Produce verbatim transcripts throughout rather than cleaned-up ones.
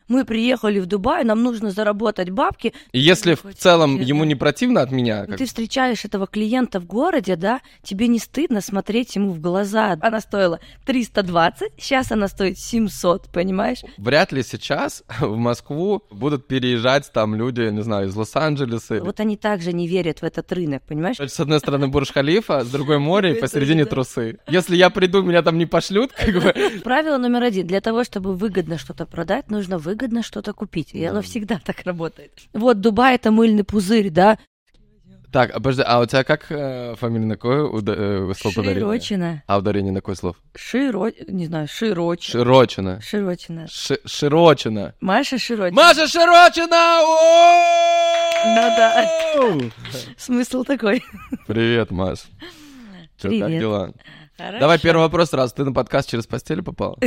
Мы приехали в Дубай, нам нужно заработать бабки. И если в целом ему не противно от меня... Как... Ты встречаешь этого клиента в городе, да, тебе не стыдно смотреть ему в глаза. Она стоила триста двадцать, сейчас она стоит семьсот, понимаешь? Вряд ли сейчас в Москву будут переезжать там люди, не знаю, из Лос-Анджелеса. Вот они также не верят в этот рынок, понимаешь? С одной стороны Бурдж-Халифа, с другой море, и посередине трусы. Если я приду, меня там не пошлют, как бы... Правило номер один. Для того, чтобы выгодно что-то продать, нужно выгодно выгодно что-то купить. И оно всегда так работает. Вот Дубай — это мыльный пузырь, да? Так, а подожди, а у тебя как э, фамилия на какое уда- э, слово ударение? Широчина. А ударение на какое слово? Широ... Не знаю, Широчина. Широчина. Широчина. Ши- Широчина. Маша Широчина. Маша Широчина! Ну да. Смысл такой. Привет, Маш. Чё, как дела? Хорошо. Давай первый вопрос сразу. Ты на подкаст через постель попала?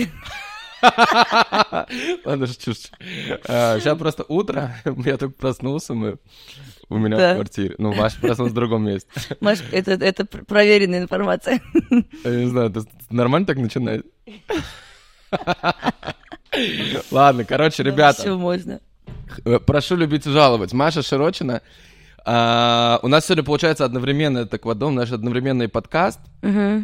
Ладно, шучу. Сейчас просто утро, я только проснулся, мы у меня в квартире. Ну, Маша проснулась в другом месте. Маш, это, это проверенная информация. Я не знаю, ты нормально так начинаешь? Ладно, короче, ребята. Все можно. Прошу любить и жаловать. Маша Широчина. А, у нас сегодня получается одновременно, это Квадом, наш одновременный подкаст угу.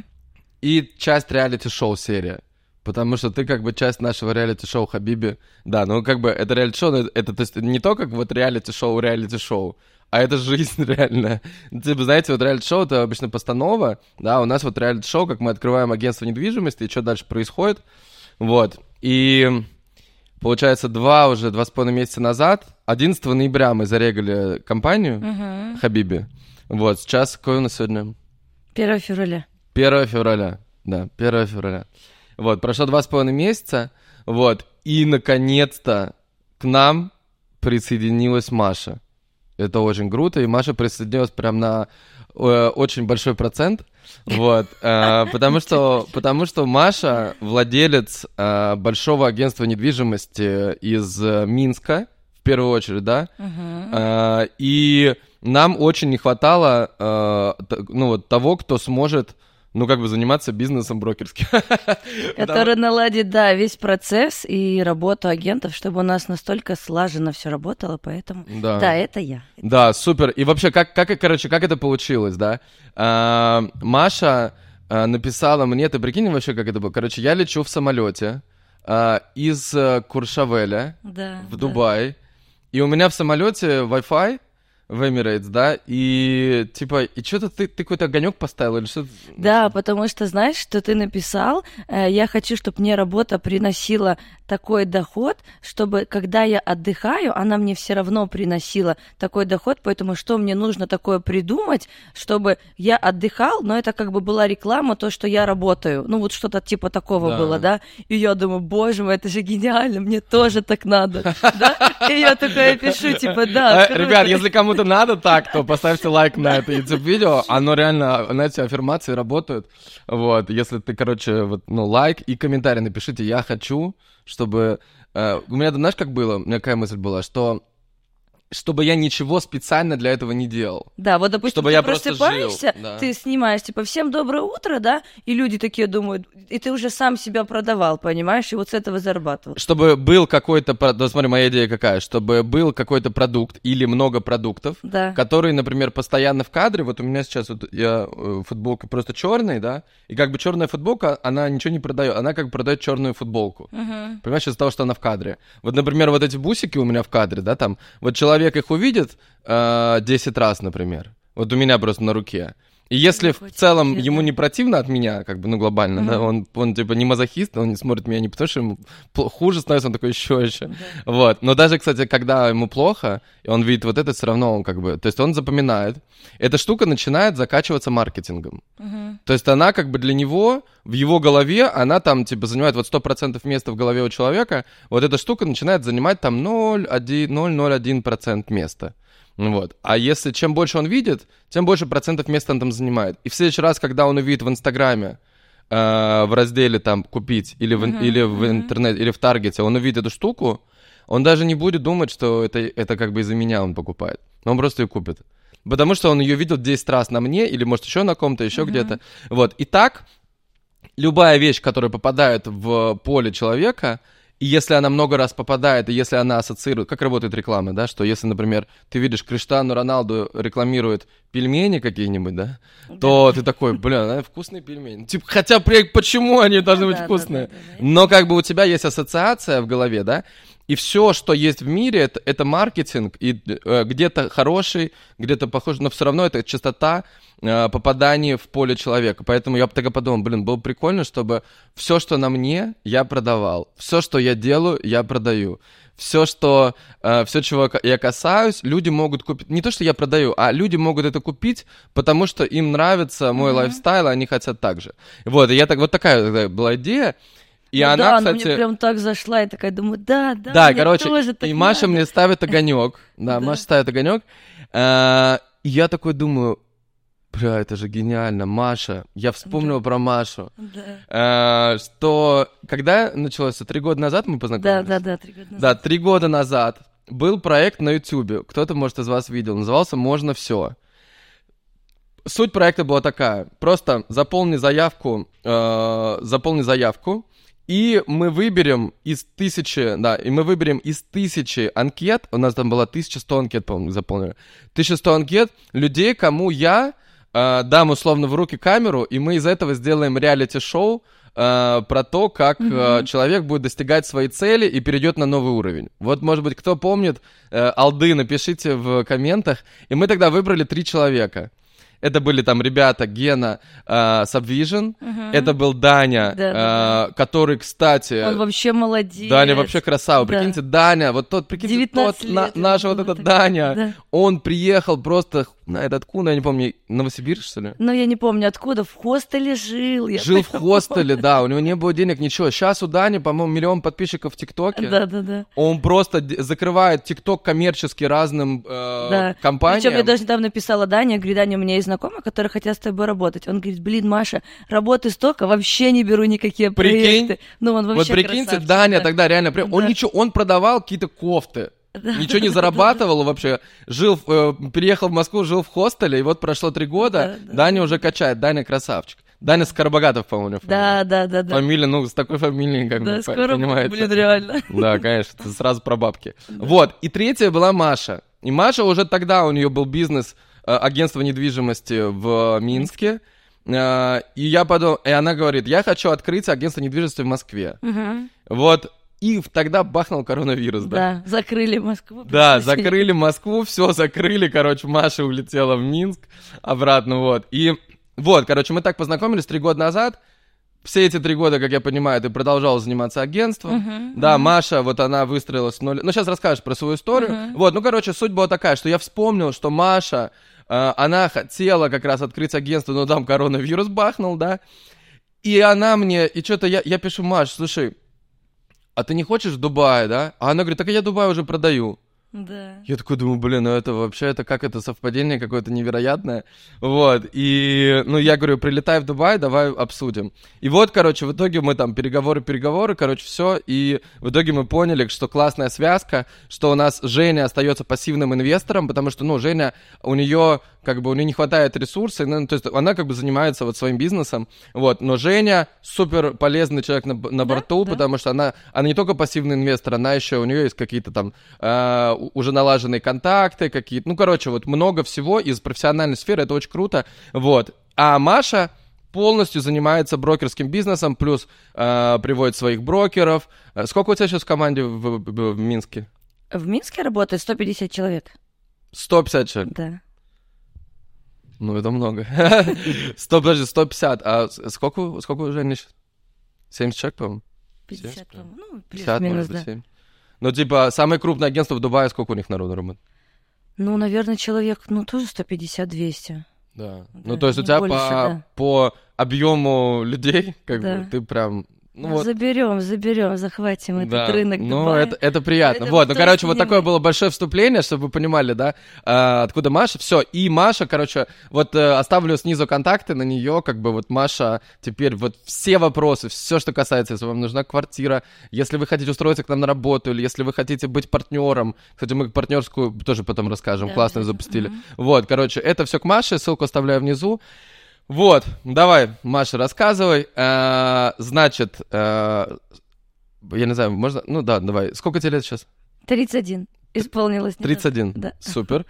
и часть реалити-шоу серия. Потому что ты как бы часть нашего реалити-шоу Хабиби. Да, ну как бы это реалити-шоу, это то есть не то, как вот реалити-шоу, реалити-шоу, а это жизнь реальная. Типа, знаете, вот реалити-шоу — это обычно постанова, да, у нас вот реалити-шоу, как мы открываем агентство недвижимости, и что дальше происходит, вот. И получается, два уже, два с половиной месяца назад, одиннадцатого ноября мы зарегали компанию uh-huh. Хабиби. Вот, сейчас какое у нас сегодня? первого февраля. первого февраля, да, первого февраля. Вот, прошло два с половиной месяца, вот, и, наконец-то, к нам присоединилась Маша. Это очень круто, и Маша присоединилась прям на э, очень большой процент, вот, э, потому что, потому что Маша владелец э, большого агентства недвижимости из э, Минска, в первую очередь, да, uh-huh. э, и нам очень не хватало, э, т- ну, вот, того, кто сможет ну, как бы заниматься бизнесом брокерским. Который наладит, да, весь процесс и работу агентов, чтобы у нас настолько слаженно все работало, поэтому... Да, да это я. Да, супер. И вообще, как, как, короче, как это получилось, да? А, Маша а, написала мне, ты прикинь вообще, как это было? Короче, я лечу в самолете а, из Куршавеля да, в Дубай, да. И у меня в самолете Wi-Fi, в Emirates, да, и типа, и что-то ты, ты какой-то огонек поставил или что-то? Да, потому что, знаешь, что ты написал, э, я хочу, чтобы мне работа приносила такой доход, чтобы, когда я отдыхаю, она мне все равно приносила такой доход, поэтому что мне нужно такое придумать, чтобы я отдыхал, но это как бы была реклама, то, что я работаю, ну вот что-то типа такого да. было, да, и я думаю, боже мой, это же гениально, мне тоже так надо, да, и я такая пишу, типа, да. Ребят, если кому-то надо так, то поставьте лайк на это YouTube-видео, оно реально, знаете, аффирмации работают, вот, если ты, короче, вот, ну, лайк и комментарий напишите, я хочу, чтобы... Э, у меня, знаешь, как было? У меня какая мысль была, что... чтобы я ничего специально для этого не делал. Да, вот, допустим, чтобы ты я просыпаешься, жил, да. ты снимаешь, типа, всем доброе утро, да, и люди такие думают, и ты уже сам себя продавал, понимаешь, и вот с этого зарабатывал. Чтобы был какой-то, да, смотри, моя идея какая, чтобы был какой-то продукт или много продуктов, да. которые, например, постоянно в кадре, вот у меня сейчас вот я футболка просто черная, да, и как бы черная футболка, она ничего не продает, она как бы продает черную футболку, uh-huh. понимаешь, из-за того, что она в кадре. Вот, например, вот эти бусики у меня в кадре, да, там, вот человек их увидит э, десять раз, например, вот у меня просто на руке. И если в целом интересно. Ему не противно от меня, как бы, ну, глобально, uh-huh. да, он, он, типа, не мазохист, он не смотрит меня не потому, что ему хуже становится, он такой, еще, еще, uh-huh. вот. Но даже, кстати, когда ему плохо, и он видит вот это, все равно он, как бы, то есть он запоминает. Эта штука начинает закачиваться маркетингом. Uh-huh. То есть она, как бы, для него, в его голове, она там, типа, занимает вот сто процентов места в голове у человека, вот эта штука начинает занимать там ноль целых ноль один процент места. Вот. А если чем больше он видит, тем больше процентов места он там занимает. И в следующий раз, когда он увидит в Инстаграме, э, в разделе там «Купить» или в, uh-huh, или в uh-huh. интернете, или в Таргете, он увидит эту штуку, он даже не будет думать, что это, это как бы из-за меня он покупает. Он просто ее купит. Потому что он ее видел десять раз на мне, или, может, еще на ком-то, еще uh-huh. где-то. Вот. И так, любая вещь, которая попадает в поле человека, И если она много раз попадает, и если она ассоциирует, как работает реклама, да, что если, например, ты видишь, Криштиану Роналду рекламирует пельмени какие-нибудь, да, да. то ты такой, бля, вкусные пельмени. Типа, хотя почему они должны быть да, вкусные? Да, да, да, да. Но как бы у тебя есть ассоциация в голове, да, и все, что есть в мире, это, это маркетинг, и э, где-то хороший, где-то похожий, но все равно это частота э, попадания в поле человека. Поэтому я тогда подумал, блин, было прикольно, чтобы все, что на мне, я продавал. Все, что я делаю, я продаю. Все, что, э, все, чего я касаюсь, люди могут купить. Не то, что я продаю, а люди могут это купить, потому что им нравится мой mm-hmm. лайфстайл, и они хотят так же. Вот, и я так, вот такая была идея. И ну, она, да, кстати... она мне прям так зашла, и такая, думаю, да, да, да, мне короче, тоже так и Маша надо. мне ставит огонек, да, Маша ставит огонек, и я такой думаю, бля, это же гениально, Маша, я вспомнил про Машу, что, когда началось, три года назад мы познакомились? Да, да, да, три года назад. Да, три года назад был проект на Ютубе, кто-то, может, из вас видел, назывался «Можно все». Суть проекта была такая, просто заполни заявку, заполни заявку, и мы выберем из тысячи, да, и мы выберем из тысячи анкет, у нас там было тысяча сто анкет, по-моему, заполнили, тысяча сто анкет людей, кому я э, дам условно в руки камеру, и мы из этого сделаем реалити-шоу э, про то, как mm-hmm. э, человек будет достигать своей цели и перейдет на новый уровень. Вот, может быть, кто помнит, э, алды, напишите в комментах, и мы тогда выбрали три человека. Это были там ребята Гена, э, Subvision, uh-huh. это был Даня, да, э, да, да. который, кстати... Он вообще молодец. Даня вообще красава. Да. Прикиньте, Даня, вот тот, прикиньте, тот, на, наш вот этот Даня, да. он приехал просто на этот кун, я не помню, Новосибирск, что ли? Ну, я не помню, откуда, в хостеле жил. Я жил в хостеле, да, у него не было денег, ничего. Сейчас у Дани, по-моему, миллион подписчиков в ТикТоке. Да, да, да. Он просто закрывает ТикТок коммерчески разным э, да. компаниям. Причем я даже недавно писала Дане, я говорю, Даня, у меня есть знакомые, которые хотят с тобой работать. Он говорит, блин, Маша, работы столько, вообще не беру никакие Прикинь? проекты. Ну, он вообще вот прикиньте, красавчик, Даня да. тогда реально, да. он ничего, он продавал какие-то кофты. Да, Ничего не зарабатывал вообще, жил, э, переехал в Москву, жил в хостеле, и вот прошло три года, да, да, Даня да. уже качает, Даня красавчик. Даня Скоробогатов, по-моему, да, да, да, да. Фамилия, ну, с такой фамилией, как да, бы, скоро, понимаете. Блин, реально. Да, конечно, это сразу про бабки. Да. Вот, и третья была Маша. И Маша уже тогда, у нее был бизнес, э, агентство недвижимости в Минске. Э, и я подумал, и она говорит, я хочу открыть агентство недвижимости в Москве. Угу. Вот. И тогда бахнул коронавирус, да? Да, закрыли Москву. Да, закрыли Москву, все закрыли, короче, Маша улетела в Минск обратно, вот. И вот, короче, мы так познакомились три года назад. Все эти три года, как я понимаю, ты продолжала заниматься агентством. Uh-huh, да, uh-huh. Маша, вот она выстроила с нуля. Ну, сейчас расскажешь про свою историю. Uh-huh. Вот, ну, короче, суть была такая, что я вспомнил, что Маша, э, она хотела как раз открыть агентство, но там коронавирус бахнул, да. И она мне, и что-то я, я пишу, Маш, слушай, а ты не хочешь в Дубае, да? А она говорит, так я Дубай уже продаю. Да. Я такой думаю, блин, ну это вообще, это как это совпадение какое-то невероятное. Вот, и, ну, я говорю, прилетай в Дубай, давай обсудим. И вот, короче, в итоге мы там переговоры-переговоры, короче, все, и в итоге мы поняли, что классная связка, что у нас Женя остается пассивным инвестором, потому что, ну, Женя, у нее, как бы, у нее не хватает ресурсов, ну, то есть она, как бы, занимается вот своим бизнесом, вот, но Женя супер полезный человек на, на борту, да, потому да. что она, она не только пассивный инвестор, она еще, у нее есть какие-то там... Э, уже налаженные контакты какие-то, ну, короче, вот много всего из профессиональной сферы, это очень круто, вот. А Маша полностью занимается брокерским бизнесом, плюс э, приводит своих брокеров. Сколько у тебя сейчас в команде в, в, в Минске? В Минске работает сто пятьдесят человек. сто пятьдесят человек? Да. Ну, это много. сто, подожди, сто пятьдесят. А сколько, сколько уже сейчас? семьдесят человек, по-моему? пятьдесят, по-моему. Ну, плюс-минус, да. Ну, типа, самое крупное агентство в Дубае, сколько у них народу работает? Ну, наверное, человек, ну, тоже сто пятьдесят - двести. Да. да. Ну, то есть у тебя больше, по, да. по объему людей, как да. бы, ты прям... Ну, вот. Заберем, заберем, захватим этот да. рынок ну, Дубая. Это, это приятно. Это вот, ну, короче, вот такое было большое вступление, чтобы вы понимали, да, а, откуда Маша. Все, и Маша, короче, вот а, оставлю снизу контакты на нее, как бы вот Маша теперь вот все вопросы, все, что касается, если вам нужна квартира, если вы хотите устроиться к нам на работу, или если вы хотите быть партнером, кстати, мы партнерскую тоже потом расскажем, да, классно запустили. Угу. Вот, короче, это все к Маше, ссылку оставляю внизу. Вот, давай, Маша, рассказывай. А, значит, а, я не знаю, можно... Ну да, давай. Сколько тебе лет сейчас? тридцать один. Исполнилось. тридцать один? Да. Супер.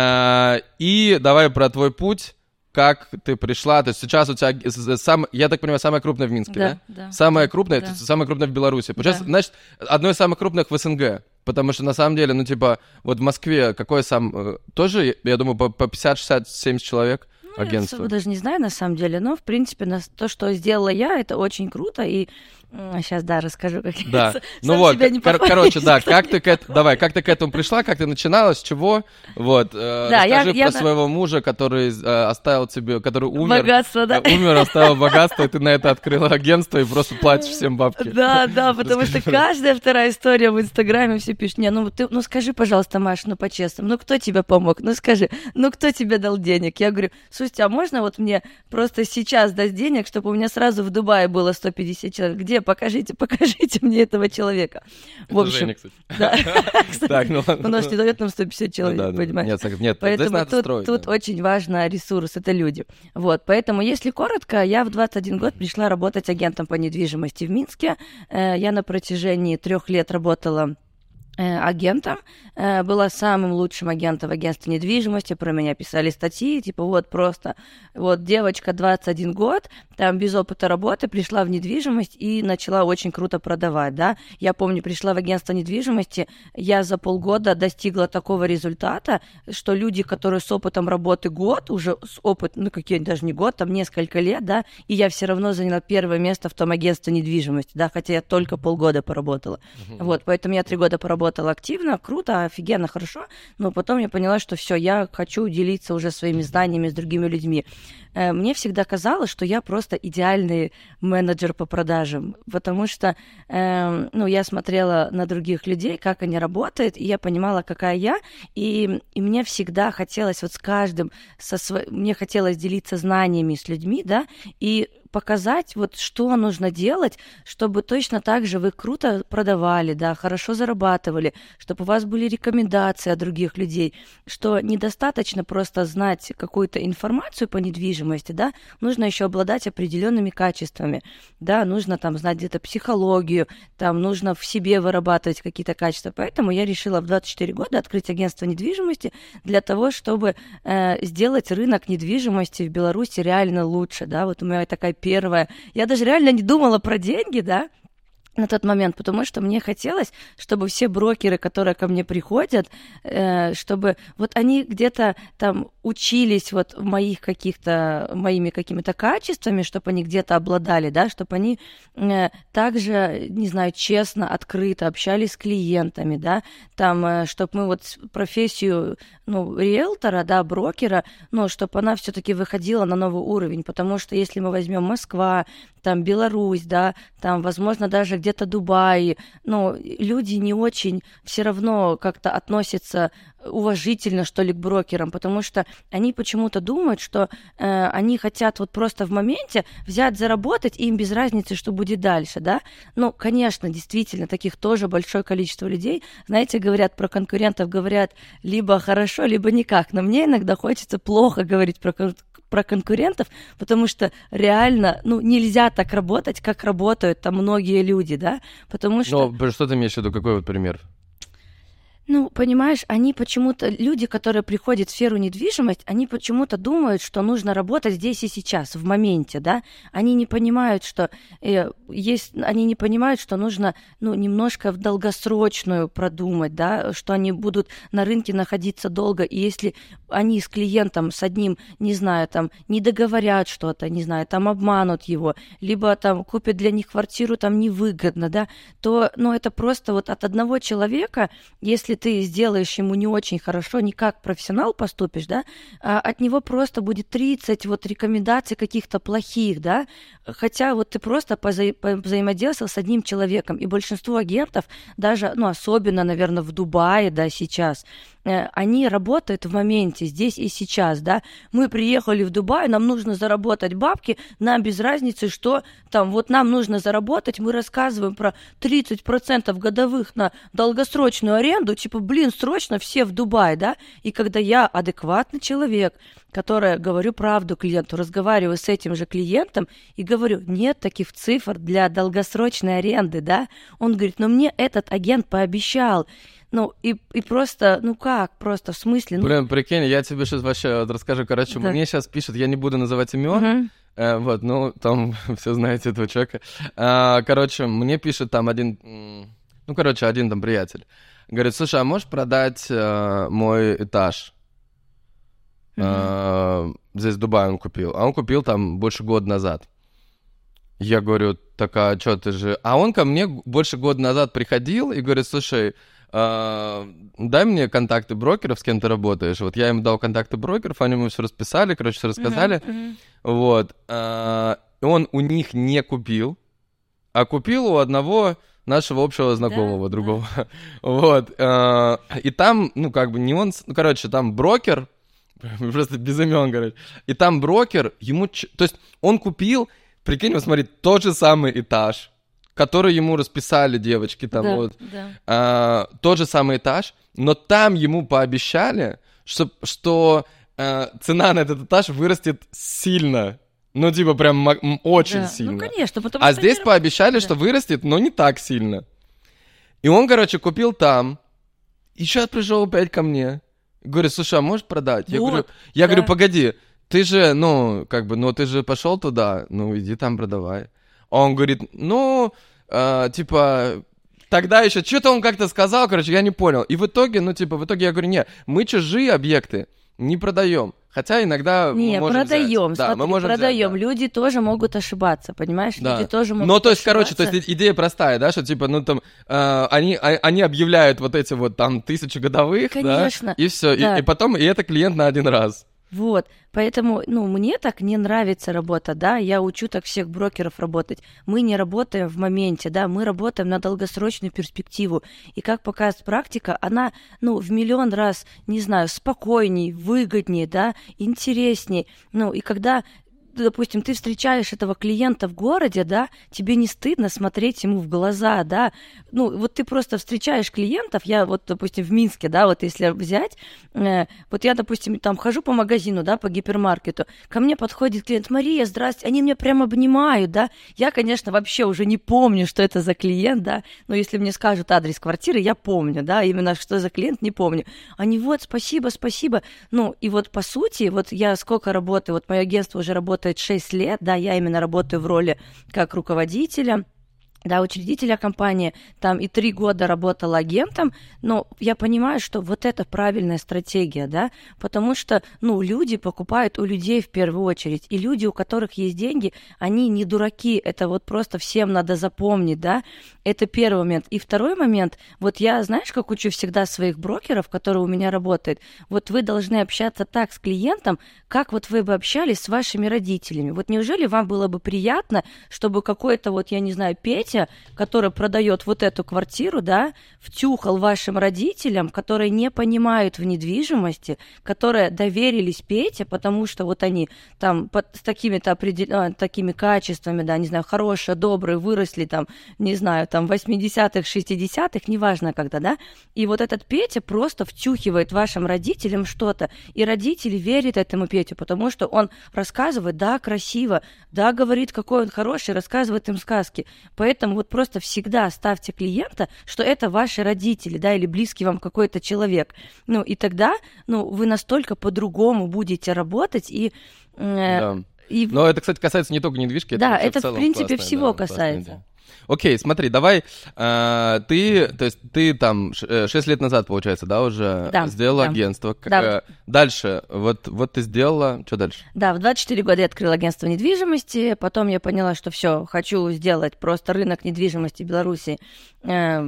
И давай про твой путь. Как ты пришла? То есть сейчас у тебя, сам, я так понимаю, самая крупная в Минске, да? Да, да. Самая крупная, да. самая крупная в Беларуси. Получается, Да. значит, одно из самых крупных в СНГ. Потому что, на самом деле, ну, типа, вот в Москве какой сам... Тоже, я думаю, по пятьдесят, шестьдесят, семьдесят человек ну, агентство. Я даже не знаю, на самом деле, но, в принципе, то, что сделала я, это очень круто, и сейчас, да, расскажу, как да. я ну вот, кор- короче, да, как ты к этому, давай, как ты к этому пришла, как ты начинала, с чего, вот, э, да, расскажи я, про я... своего мужа, который э, оставил тебе, который умер, богатство, да? э, умер, оставил богатство, и ты на это открыла агентство и просто платишь всем бабки. Да, да, потому что каждая вторая история в Инстаграме все пишут, не, ну ты, ну скажи, пожалуйста, Маш, ну по-честному, ну кто тебе помог, ну скажи, ну кто тебе дал денег? Я говорю, слушайте, а можно вот мне просто сейчас дать денег, чтобы у меня сразу в Дубае было сто пятьдесят человек? Где? Покажите, покажите мне этого человека. Это в общем, Женя, кстати. Да. Так, ну ладно. У нас не дает нам сто пятьдесят человек, понимаешь? Нет, нет, поэтому здесь надо тут, строить. Тут да. очень важно ресурс, это люди. Вот, поэтому, если коротко, я в двадцать один год пришла работать агентом по недвижимости в Минске. Я на протяжении трех лет работала агентом, была самым лучшим агентом в агентстве недвижимости, про меня писали статьи, типа вот просто, вот девочка двадцать один год, там без опыта работы пришла в недвижимость и начала очень круто продавать, да, я помню, пришла в агентство недвижимости, я за полгода достигла такого результата, что люди, которые с опытом работы год, уже с опытом, ну какие даже не год, там несколько лет, да, и я все равно заняла первое место в том агентстве недвижимости, да, хотя я только полгода поработала, uh-huh. вот, поэтому я три года поработала Работала активно, круто, офигенно, хорошо, но потом я поняла, что все, я хочу делиться уже своими знаниями с другими людьми. Мне всегда казалось, что я просто идеальный менеджер по продажам, потому что э, ну, я смотрела на других людей, как они работают, и я понимала, какая я, и, и мне всегда хотелось вот с каждым, со сво... мне хотелось делиться знаниями с людьми, да, и показать, вот что нужно делать, чтобы точно так же вы круто продавали, да, хорошо зарабатывали, чтобы у вас были рекомендации от других людей, что недостаточно просто знать какую-то информацию по недвижимости, да, нужно еще обладать определенными качествами, да, нужно там знать где-то психологию, там нужно в себе вырабатывать какие-то качества, поэтому я решила в двадцать четыре года открыть агентство недвижимости для того, чтобы э, сделать рынок недвижимости в Беларуси реально лучше, да, вот у меня такая первая. Я даже реально не думала про деньги, да, на тот момент, потому что мне хотелось, чтобы все брокеры, которые ко мне приходят, э, чтобы вот они где-то там учились вот моих каких-то, моими какими-то качествами, чтобы они где-то обладали, да, чтобы они э, также, не знаю, честно, открыто общались с клиентами, да, там, э, чтобы мы вот профессию, ну, риэлтора, да, брокера, ну, чтобы она все-таки выходила на новый уровень, потому что если мы возьмем Москва, там, Беларусь, да, там, возможно, даже где-то Дубай, ну, люди не очень все равно как-то относятся уважительно, что ли, к брокерам, потому что они почему-то думают, что э, они хотят вот просто в моменте взять, заработать, и им без разницы, что будет дальше, да. Ну, конечно, действительно, таких тоже большое количество людей. Знаете, говорят про конкурентов, говорят либо хорошо, либо никак, но мне иногда хочется плохо говорить про про конкурентов, потому что реально, ну, нельзя так работать, как работают там многие люди, да, потому что... Ну, что ты имеешь в виду, какой вот пример? Ну, понимаешь, они почему-то, люди, которые приходят в сферу недвижимости, они почему-то думают, что нужно работать здесь и сейчас, в моменте, да, они не понимают, что э, есть, они не понимают, что нужно, ну, немножко в долгосрочную продумать, да, что они будут на рынке находиться долго, и если они с клиентом, с одним, не знаю, там, не договорят что-то, не знаю, там, обманут его, либо там купят для них квартиру, там, невыгодно, да, то, ну, это просто вот от одного человека, если ты сделаешь ему не очень хорошо, не как профессионал поступишь, да, а от него просто будет тридцать вот рекомендаций каких-то плохих, да, хотя вот ты просто поза- взаимодействовал с одним человеком, и большинство агентов, даже, ну, особенно, наверное, в Дубае, да, сейчас, они работают в моменте, здесь и сейчас, да, мы приехали в Дубай, нам нужно заработать бабки, нам без разницы, что там, вот нам нужно заработать, мы рассказываем про тридцать процентов годовых на долгосрочную аренду, типа, блин, срочно все в Дубай, да? И когда я адекватный человек, который говорю правду клиенту, разговариваю с этим же клиентом и говорю, нет таких цифр для долгосрочной аренды, да? Он говорит, ну мне этот агент пообещал. Ну, и, и просто, ну как, просто в смысле... Ну... Блин, прикинь, я тебе сейчас вообще вот расскажу, короче, да. Мне сейчас пишут, я не буду называть имен, угу. э, вот, ну, там все знаете этого человека. А, короче, мне пишет там один, ну, короче, один там приятель. Говорит, слушай, а можешь продать э, мой этаж? Угу. Э, здесь в Дубае он купил. А он купил там больше года назад. Я говорю, так, а что ты же... А он ко мне больше года назад приходил и говорит, слушай... Uh, дай мне контакты брокеров, с кем ты работаешь. Вот я им дал контакты брокеров, они ему все расписали, короче, все рассказали. Uh-huh, uh-huh. Вот. Uh, он у них не купил, а купил у одного нашего общего знакомого, да, другого. Да. Вот. Uh, и там, ну, как бы не он... Ну, короче, там брокер, просто без имен, короче. И там брокер, ему... То есть он купил, прикинь, вот смотри, тот же самый этаж, который ему расписали девочки, там да, вот, да. А, тот же самый этаж, но там ему пообещали, что, что а, цена на этот этаж вырастет сильно, ну, типа, прям м- очень да. сильно. Ну, конечно, потому а что... здесь они... пообещали, да. что вырастет, но не так сильно. И он, короче, купил там, и сейчас пришел опять ко мне, говорит, слушай, а можешь продать? Вот, я говорю, я да. говорю, погоди, ты же, ну, как бы, ну, ты же пошел туда, ну, иди там продавай. Он говорит, ну, э, типа, тогда еще, что-то он как-то сказал, короче, я не понял. И в итоге, ну, типа, в итоге я говорю, нет, мы чужие объекты не продаем. Хотя иногда не, мы можем продаем, взять. смотри, да, мы можем продаем. Взять, да. Люди тоже могут ошибаться, понимаешь? Да. Люди тоже могут Ну, то есть, ошибаться. короче, то есть идея простая, да, что, типа, ну, там, э, они, а, они объявляют вот эти вот, там, тысячи годовых, конечно, да, и все, да. и, и потом, и это клиент на один раз. Вот, поэтому, ну, мне так не нравится работа, да, я учу так всех брокеров работать. Мы не работаем в моменте, да, мы работаем на долгосрочную перспективу. И как показывает практика, она, ну, в миллион раз, не знаю, спокойней, выгоднее, да, интересней. Ну, и когда... допустим, ты встречаешь этого клиента в городе, да, тебе не стыдно смотреть ему в глаза, да, ну, вот ты просто встречаешь клиентов, я вот, допустим, в Минске, да, вот если взять, э, вот я, допустим, там хожу по магазину, да, по гипермаркету, ко мне подходит клиент, Мария, здрасте, они меня прям обнимают, да, я, конечно, вообще уже не помню, что это за клиент, да, но если мне скажут адрес квартиры, я помню, да, именно что за клиент, не помню. Они, вот, спасибо, спасибо, ну, и вот по сути, вот я сколько работаю, вот мое агентство уже работает шесть лет, да, я именно работаю в роли как руководителя, да, учредителя компании, там и три года работала агентом, но я понимаю, что вот это правильная стратегия, да, потому что, ну, люди покупают у людей в первую очередь, и люди, у которых есть деньги, они не дураки, это вот просто всем надо запомнить, да, это первый момент. И второй момент, вот я, знаешь, как учу всегда своих брокеров, которые у меня работают, вот вы должны общаться так с клиентом, как вот вы бы общались с вашими родителями. Вот неужели вам было бы приятно, чтобы какой-то вот, я не знаю, Петя, который продает вот эту квартиру, да, втюхал вашим родителям, которые не понимают в недвижимости, которые доверились Пете, потому что вот они там под, с такими-то определ... такими качествами, да, не знаю, хорошие, добрые, выросли там, не знаю, там в восьмидесятых, шестидесятых, неважно когда, да, и вот этот Петя просто втюхивает вашим родителям что-то, и родители верят этому Пете, потому что он рассказывает, да, красиво, да, говорит, какой он хороший, рассказывает им сказки, поэтому вот просто всегда ставьте клиента, что это ваши родители, да, или близкий вам какой-то человек. Ну, и тогда, ну, вы настолько по-другому будете работать, и... Э, да. и... Но это, кстати, касается не только недвижки, да, это, это в, в принципе, классная, всего да, касается. Окей, смотри, давай, э, ты, то есть ты там шесть лет назад, получается, да, уже да, сделала да. агентство. Да. Э, дальше, вот, вот ты сделала, что дальше? Да, в двадцать четыре года я открыла агентство недвижимости, потом я поняла, что все, хочу сделать просто рынок недвижимости в Беларуси э,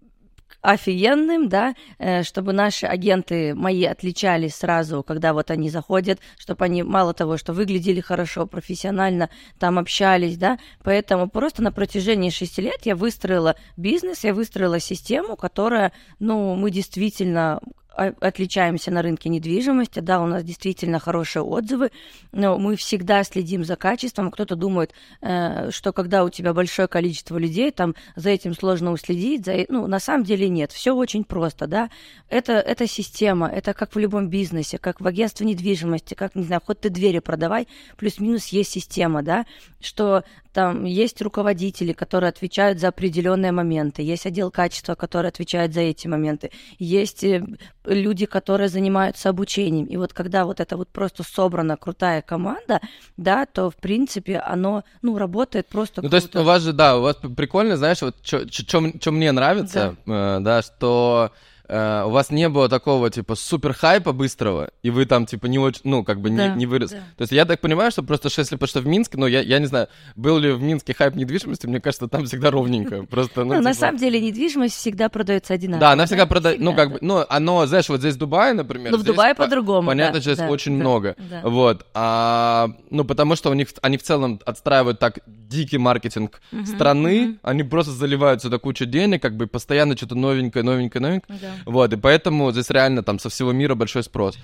офигенным, да, чтобы наши агенты мои отличались сразу, когда вот они заходят, чтобы они мало того, что выглядели хорошо, профессионально, там общались, да, поэтому просто на протяжении шести лет я выстроила бизнес, я выстроила систему, которая, ну, мы действительно отличаемся на рынке недвижимости, да, у нас действительно хорошие отзывы, но мы всегда следим за качеством. Кто-то думает, что когда у тебя большое количество людей, там за этим сложно уследить, за... ну, на самом деле нет, все очень просто, да, это, это система, это как в любом бизнесе, как в агентстве недвижимости, как, не знаю, хоть ты двери продавай, плюс-минус есть система, да, что там есть руководители, которые отвечают за определенные моменты, есть отдел качества, который отвечает за эти моменты, есть люди, которые занимаются обучением. И вот когда вот это вот просто собрана крутая команда, да, то, в принципе, оно, ну, работает просто ну, круто. То есть у вас же, да, у вас прикольно, знаешь, вот что мне нравится, да, э, да что... Uh, у вас не было такого, типа, супер-хайпа быстрого, и вы там, типа, не очень, ну, как бы да, не, не вырос. Да. То есть я так понимаю, что просто, если потому что в Минске, ну, я, я не знаю, был ли в Минске хайп недвижимости, мне кажется, там всегда ровненько. Просто, ну, ну типа... на самом деле недвижимость всегда продается одинаково. Да, она всегда да? продается, ну, как да. бы, ну, оно, знаешь, вот здесь Дубай, например. Ну, в Дубае по- по-другому. Понятно, да, что здесь да, очень да, много. Да. Вот. А, ну, потому что у них, они в целом отстраивают так дикий маркетинг uh-huh, страны, uh-huh. они просто заливают сюда кучу денег, как бы постоянно что-то новенькое, новенькое, новенькое. Да. Вот, и поэтому здесь реально там со всего мира большой спрос.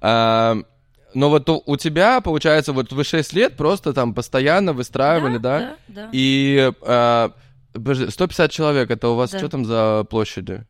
А, но вот у, у тебя, получается, вот вы шесть лет просто там постоянно выстраивали, да? Да, да, да. И а, подожди, сто пятьдесят человек, это у вас да. что там за площади?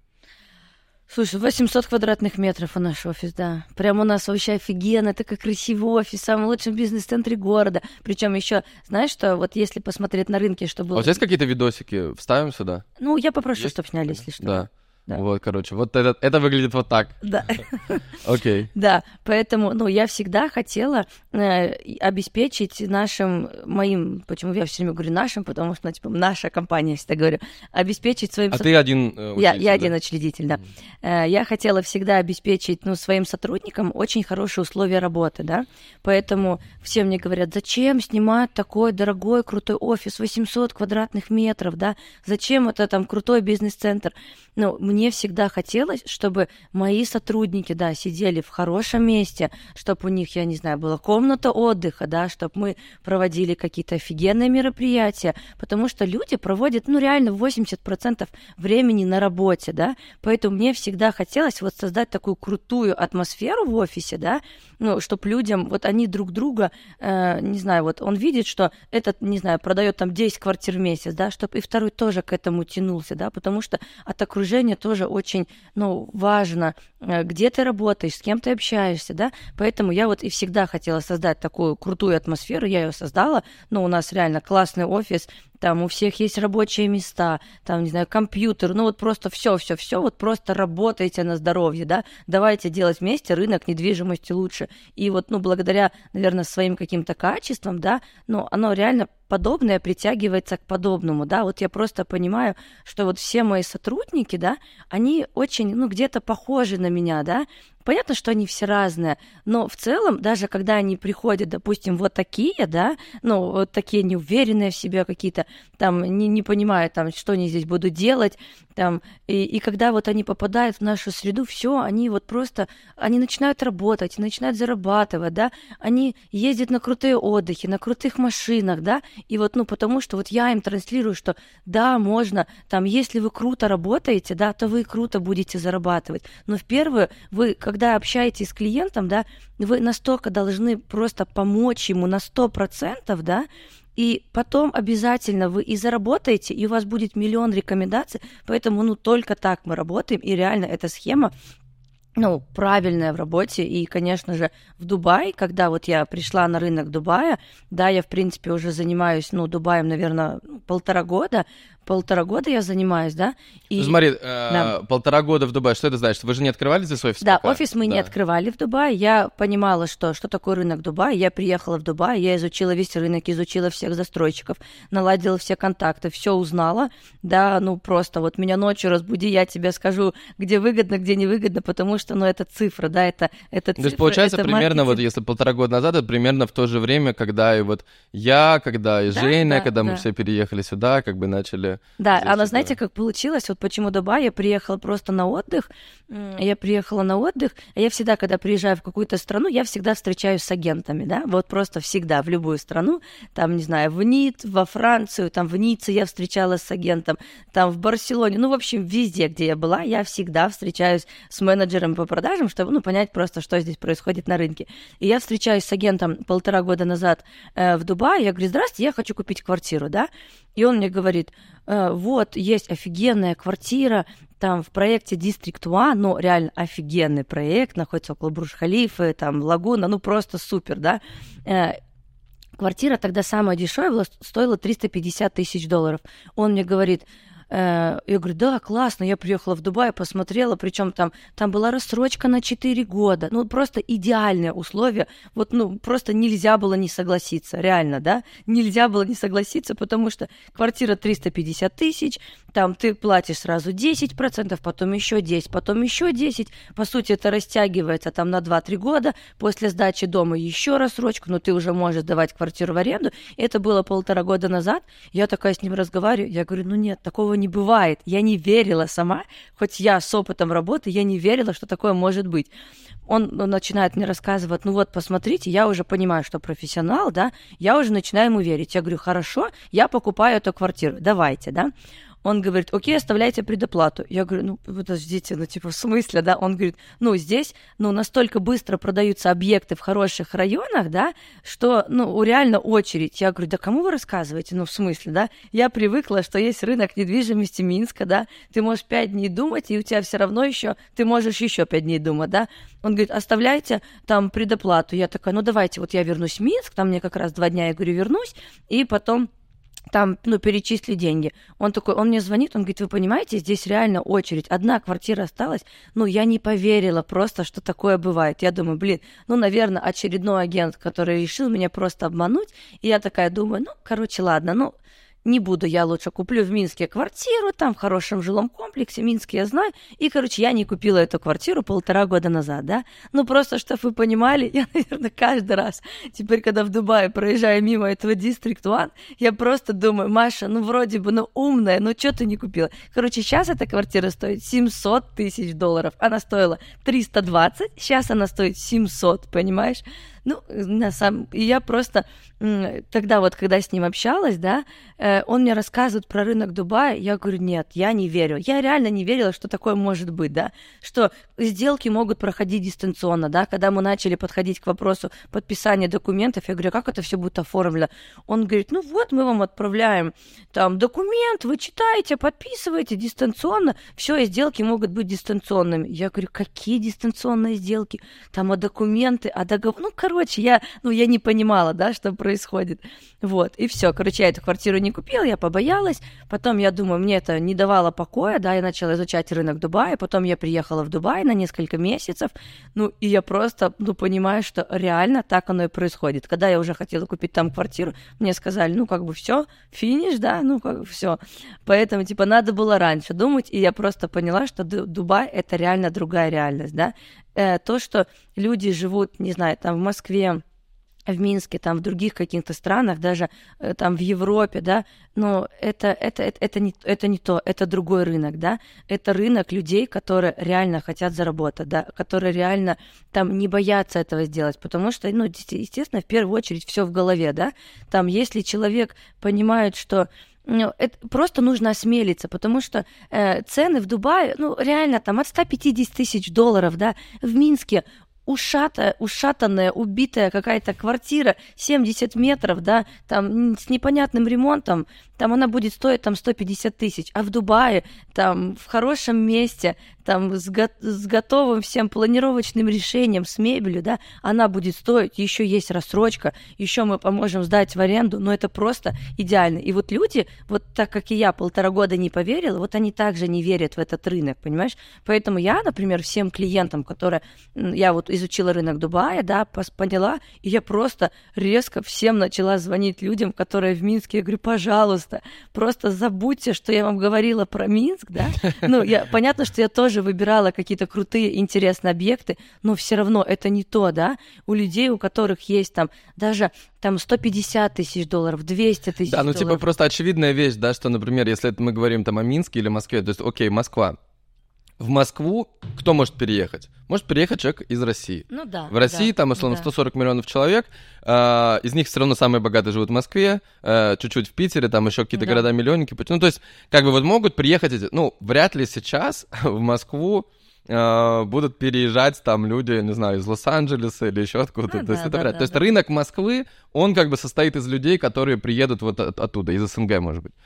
Слушай, восемьсот квадратных метров у наш офис, да. Прям у нас вообще офигенно, такой красивый офис, в самом лучшем бизнес-центре города. Причем еще, знаешь, что вот если посмотреть на рынке, что было... А у тебя есть какие-то видосики? Вставим сюда? Ну, я попрошу, чтобы сняли, если что. Да. Да. Вот, короче, вот это, это выглядит вот так. Да. Окей. Okay. Да, поэтому, ну, я всегда хотела э, обеспечить нашим, моим, почему я все время говорю нашим, потому что, ну, типа, наша компания, я всегда говорю, обеспечить своим... А со... ты один э, учитель, Я, я да? один учредитель, да. Mm. Э, я хотела всегда обеспечить, ну, своим сотрудникам очень хорошие условия работы, да, поэтому все мне говорят, зачем снимать такой дорогой, крутой офис, восемьсот квадратных метров, да, зачем это там крутой бизнес-центр? Ну, мне всегда хотелось, чтобы мои сотрудники, да, сидели в хорошем месте, чтобы у них, я не знаю, была комната отдыха, да, чтобы мы проводили какие-то офигенные мероприятия, потому что люди проводят, ну, реально восемьдесят процентов времени на работе, да, поэтому мне всегда хотелось вот создать такую крутую атмосферу в офисе, да, ну, чтобы людям, вот они друг друга, э, не знаю, вот он видит, что этот, не знаю, продает там десять квартир в месяц, да, чтобы и второй тоже к этому тянулся, да, потому что от окружения тоже очень, ну, важно, где ты работаешь, с кем ты общаешься, да, поэтому я вот и всегда хотела создать такую крутую атмосферу, я ее создала, но у нас реально классный офис, там у всех есть рабочие места, там, не знаю, компьютер, ну вот просто все, все, все, вот просто работайте на здоровье, да, давайте делать вместе рынок недвижимости лучше. И вот, ну, благодаря, наверное, своим каким-то качествам, да, ну, оно реально подобное притягивается к подобному, да, вот я просто понимаю, что вот все мои сотрудники, да, они очень, ну, где-то похожи на меня, да, понятно, что они все разные, но в целом, даже когда они приходят, допустим, вот такие, да, ну, вот такие неуверенные в себе какие-то, там, не, не понимают, там, что они здесь будут делать, там, и, и когда вот они попадают в нашу среду, все, они вот просто, они начинают работать, начинают зарабатывать, да, они ездят на крутые отдыхи, на крутых машинах, да, и вот, ну, потому что вот я им транслирую, что да, можно, там, если вы круто работаете, да, то вы круто будете зарабатывать, но в первую вы, когда общаетесь с клиентом, да, вы настолько должны просто помочь ему на сто процентов, да, и потом обязательно вы и заработаете, и у вас будет миллион рекомендаций, поэтому, ну, только так мы работаем, и реально эта схема, ну, правильная в работе, и, конечно же, в Дубае, когда вот я пришла на рынок Дубая, да, я, в принципе, уже занимаюсь, ну, Дубаем, наверное, полтора года, полтора года я занимаюсь, да. И... Ну, смотри, э, да. полтора года в Дубае, что это значит? Вы же не открывали здесь офис? Да, пока? офис мы да. не открывали в Дубае. Я понимала, что, что такое рынок Дубая. Я приехала в Дубай, я изучила весь рынок, изучила всех застройщиков, наладила все контакты, все узнала, да, ну, просто вот меня ночью разбуди, я тебе скажу, где выгодно, где невыгодно, потому что, ну, это цифра, да, это, это цифра. То есть, получается, это примерно, маркетинг. Вот если полтора года назад, это примерно в то же время, когда и вот я, когда и да, Женя, да, когда да. мы все переехали сюда, как бы начали... или... Да, здесь она, это- знаете, как получилось, вот почему Дубай, я приехала просто на отдых, М, я приехала на отдых, а я всегда, когда приезжаю в какую-то страну, я всегда встречаюсь с агентами, да, вот просто всегда, в любую страну, там, не знаю, в НИТ, во Францию, там, в Ницце я встречалась с агентом, там, в Барселоне, ну, в общем, везде, где я была, я всегда встречаюсь с менеджером по продажам, чтобы, ну, понять просто, что здесь происходит на рынке. И я встречаюсь с агентом полтора года назад э, в Дубае, я говорю, здравствуйте, я хочу купить квартиру, да, и он мне говорит, «Э, вот, есть офигенная квартира, там в проекте District One, ну, реально офигенный проект, находится около Бурдж-Халифы, там, Лагуна, ну, просто супер, да. Э, Квартира тогда самая дешевая была, стоила триста пятьдесят тысяч долларов. Он мне говорит, э, я говорю, да, классно, я приехала в Дубай, посмотрела, причем там, там была рассрочка на четыре года, ну, просто идеальные условия, вот, ну, просто нельзя было не согласиться, реально, да, нельзя было не согласиться, потому что квартира триста пятьдесят тысяч, там ты платишь сразу десять процентов, потом еще десять, потом еще десять, по сути, это растягивается там на два-три года, после сдачи дома еще рассрочку, но ты уже можешь сдавать квартиру в аренду, это было полтора года назад, я такая с ним разговариваю, я говорю, ну нет, такого не бывает, я не верила сама, хоть я с опытом работы, я не верила, что такое может быть. Он ну, начинает мне рассказывать, ну вот, посмотрите, я уже понимаю, что профессионал, да, я уже начинаю ему верить. Я говорю, хорошо, я покупаю эту квартиру, давайте, да. Он говорит, окей, оставляйте предоплату. Я говорю, ну, подождите, ну, типа, в смысле, да? Он говорит, ну, здесь, ну, настолько быстро продаются объекты в хороших районах, да, что, ну, реально очередь. Я говорю, да кому вы рассказываете? Ну, в смысле, да? Я привыкла, что есть рынок недвижимости Минска, да, ты можешь пять дней думать, и у тебя все равно еще, ты можешь еще пять дней думать, да? Он говорит, оставляйте там предоплату. Я такая, ну, давайте, вот я вернусь в Минск, там мне как раз два дня, я говорю, вернусь, и потом... там, ну, перечисли деньги. Он такой, он мне звонит, он говорит, вы понимаете, здесь реально очередь, одна квартира осталась, ну, я не поверила просто, что такое бывает. Я думаю, блин, ну, наверное, очередной агент, который решил меня просто обмануть, и я такая думаю, ну, короче, ладно, ну, не буду, я лучше куплю в Минске квартиру, там в хорошем жилом комплексе, Минск я знаю, и, короче, я не купила эту квартиру полтора года назад, да, ну, просто, чтобы вы понимали, я, наверное, каждый раз, теперь, когда в Дубае проезжаю мимо этого District One, я просто думаю, Маша, ну, вроде бы, ну, умная, ну, что ты не купила? Короче, сейчас эта квартира стоит семьсот тысяч долларов, она стоила триста двадцать, сейчас она стоит семьсот, понимаешь? Ну, на самом... И я просто тогда вот, когда с ним общалась, да, он мне рассказывает про рынок Дубая, я говорю, нет, я не верю. Я реально не верила, что такое может быть, да, что сделки могут проходить дистанционно, да, когда мы начали подходить к вопросу подписания документов, я говорю, как это все будет оформлено? Он говорит, ну вот, мы вам отправляем там документ, вы читаете, подписываете дистанционно, все, и сделки могут быть дистанционными. Я говорю, какие дистанционные сделки? Там, а документы, а договор... Ну, короче, я, ну, я не понимала, да, что происходит. Вот, и все, короче, я эту квартиру не купила, я побоялась, потом, я думаю, мне это не давало покоя, да, я начала изучать рынок Дубая, потом я приехала в Дубай на несколько месяцев, ну, и я просто, ну, понимаю, что реально так оно и происходит. Когда я уже хотела купить там квартиру, мне сказали, ну, как бы все, финиш, да, ну, как бы все. Поэтому, типа, надо было раньше думать, и я просто поняла, что Дубай — это реально другая реальность, да. Э, то, что люди живут, не знаю, там в Москве, в Минске, там в других каких-то странах, даже э, там в Европе, да, но это, это, это, это, не, это не то, это другой рынок, да, это рынок людей, которые реально хотят заработать, да, которые реально там не боятся этого сделать, потому что, ну, естественно, в первую очередь все в голове, да, там, если человек понимает, что ну, это просто нужно осмелиться, потому что э, цены в Дубае, ну, реально там от ста пятидесяти тысяч долларов, да, в Минске ушатая, ушатанная, убитая какая-то квартира, семьдесят метров, да, там с непонятным ремонтом, там она будет стоить там сто пятьдесят тысяч, а в Дубае, там в хорошем месте, там с, го- с готовым всем планировочным решением, с мебелью, да, она будет стоить, еще есть рассрочка, еще мы поможем сдать в аренду, но это просто идеально. И вот люди, вот так как и я полтора года не поверила, вот они также не верят в этот рынок, понимаешь? Поэтому я, например, всем клиентам, которые, я вот изучила рынок Дубая, да, поняла, и я просто резко всем начала звонить людям, которые в Минске, я говорю, пожалуйста, просто забудьте, что я вам говорила про Минск, да, ну, я, понятно, что я тоже тоже выбирала какие-то крутые, интересные объекты, но все равно это не то, да? У людей, у которых есть там даже там сто пятьдесят тысяч долларов, двести тысяч долларов. Да, ну долларов. типа просто очевидная вещь, да, что, например, если это мы говорим там о Минске или Москве, то есть, окей, Москва. В Москву кто может переехать? Может переехать человек из России. Ну да. В России да, там, условно, да. сто сорок миллионов человек, э, из них все равно самые богатые живут в Москве, э, чуть-чуть в Питере, там еще какие-то да. города-миллионники. Ну, то есть, как бы вот могут приехать эти... Ну, вряд ли сейчас в Москву э, будут переезжать там люди, не знаю, из Лос-Анджелеса или еще откуда-то. Ну, то есть, да, это да, вряд. да, то есть, да. рынок Москвы, он как бы состоит из людей, которые приедут вот от, оттуда, из СНГ, может быть.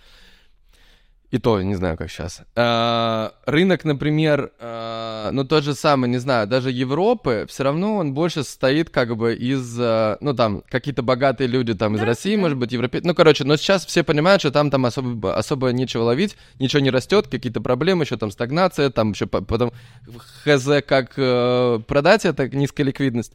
И то, не знаю, как сейчас. А, рынок, например, а, ну, тот же самый, не знаю, даже Европы, все равно он больше состоит как бы из, а, ну, там, какие-то богатые люди там из да, России, да. может быть, европейцы. Ну, короче, но сейчас все понимают, что там, там особо, особо нечего ловить, ничего не растет, какие-то проблемы, еще там стагнация, там еще потом хз, как э, продать это, низкая ликвидность.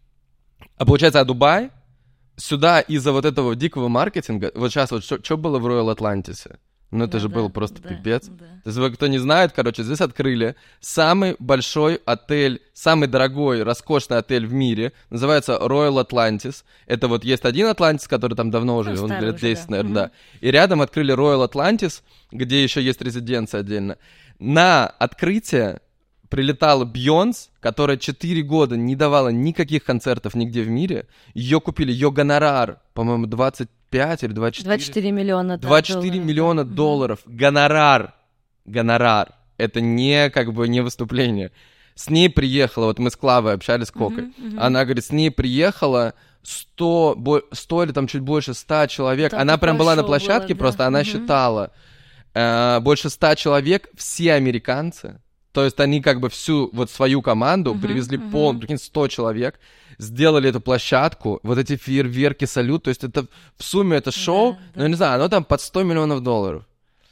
А получается, а Дубай, сюда из-за вот этого дикого маркетинга, вот сейчас вот что было в Royal Atlantis? Ну, это да, же да, был просто да, пипец. Да. То есть, вы, кто не знает, короче, здесь открыли самый большой отель, самый дорогой, роскошный отель в мире. Называется Royal Atlantis. Это вот есть один Atlantis, который там давно уже, ну, он лет десять, да. наверное, угу. да. И рядом открыли Royal Atlantis, где еще есть резиденция отдельно. На открытие прилетала Бейонс, которая четыре года не давала никаких концертов нигде в мире. Ее купили, ее гонорар, по-моему, двадцать пять или двадцать четыре. двадцать четыре миллиона, да, двадцать четыре долларов. миллиона да. долларов. Гонорар. Гонорар. Это не, как бы, не выступление. С ней приехала, вот мы с Клавой общались с Кокой. Uh-huh, uh-huh. Она говорит, с ней приехало сто, сто или там чуть больше ста человек. Там она прям была на было, площадке, да. просто она uh-huh. считала. Э, больше ста человек, все американцы. То есть они как бы всю вот свою команду uh-huh, привезли uh-huh. пол, прикинь, сто человек, сделали эту площадку, вот эти фейерверки, салют, то есть это в сумме это шоу, да, да. ну, я не знаю, оно там под сто миллионов долларов.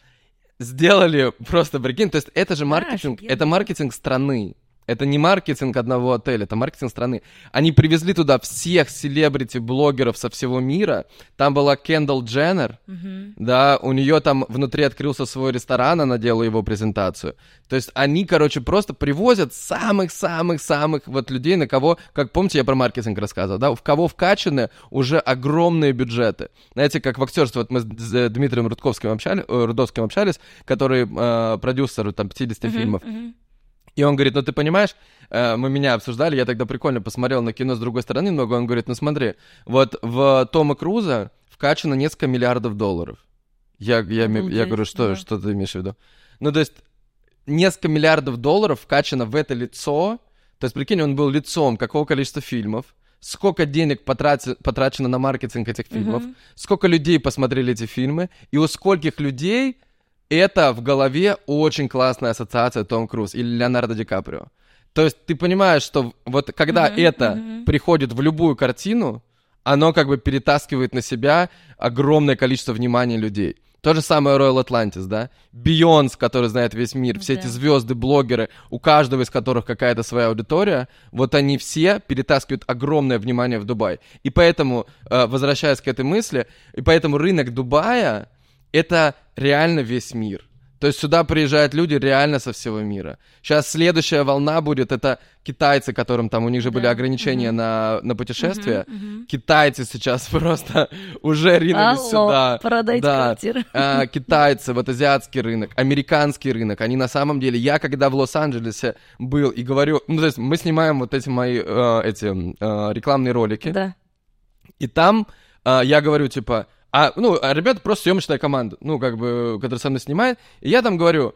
Сделали просто, прикинь, то есть это же маркетинг, да, это маркетинг страны. Это не маркетинг одного отеля, это маркетинг страны. Они привезли туда всех селебрити-блогеров со всего мира. Там была Кендалл Дженнер, uh-huh. да, у нее там внутри открылся свой ресторан, она делала его презентацию. То есть они, короче, просто привозят самых-самых-самых вот людей, на кого, как помните, я про маркетинг рассказывал, да, в кого вкачаны уже огромные бюджеты. Знаете, как в актерстве, вот мы с Дмитрием Рудковским общались, Рудовским общались, который э, продюсер там пятьдесят uh-huh, фильмов. Uh-huh. И он говорит, ну ты понимаешь, э, мы меня обсуждали, я тогда прикольно посмотрел на кино с другой стороны много, он говорит, ну смотри, вот в Тома Круза вкачано несколько миллиардов долларов. Я, я, я, я говорю, что, да. что ты имеешь в виду? Ну то есть несколько миллиардов долларов вкачано в это лицо, то есть прикинь, он был лицом какого количества фильмов, сколько денег потрати, потрачено на маркетинг этих фильмов, uh-huh. сколько людей посмотрели эти фильмы, и у скольких людей... Это в голове очень классная ассоциация Том Круз или Леонардо Ди Каприо. То есть ты понимаешь, что вот когда mm-hmm, это mm-hmm. приходит в любую картину, оно как бы перетаскивает на себя огромное количество внимания людей. То же самое Royal Atlantis, да? Бейонс, который знает весь мир, все yeah. эти звезды, блогеры, у каждого из которых какая-то своя аудитория, вот они все перетаскивают огромное внимание в Дубай. И поэтому, возвращаясь к этой мысли, и поэтому рынок Дубая... Это реально весь мир. То есть сюда приезжают люди реально со всего мира. Сейчас следующая волна будет, это китайцы, которым там, у них же да. были ограничения uh-huh. на, на путешествия. Uh-huh, uh-huh. Китайцы сейчас просто уже ринулись Алло, сюда. продать да. квартиру. А, китайцы, вот азиатский рынок, американский рынок, они на самом деле... Я когда в Лос-Анджелесе был и говорю... Ну, то есть мы снимаем вот эти мои э, эти, э, рекламные ролики. Да. И там э, я говорю, типа... А, ну, а ребята просто съемочная команда, ну, как бы, которая со мной снимает. И я там говорю,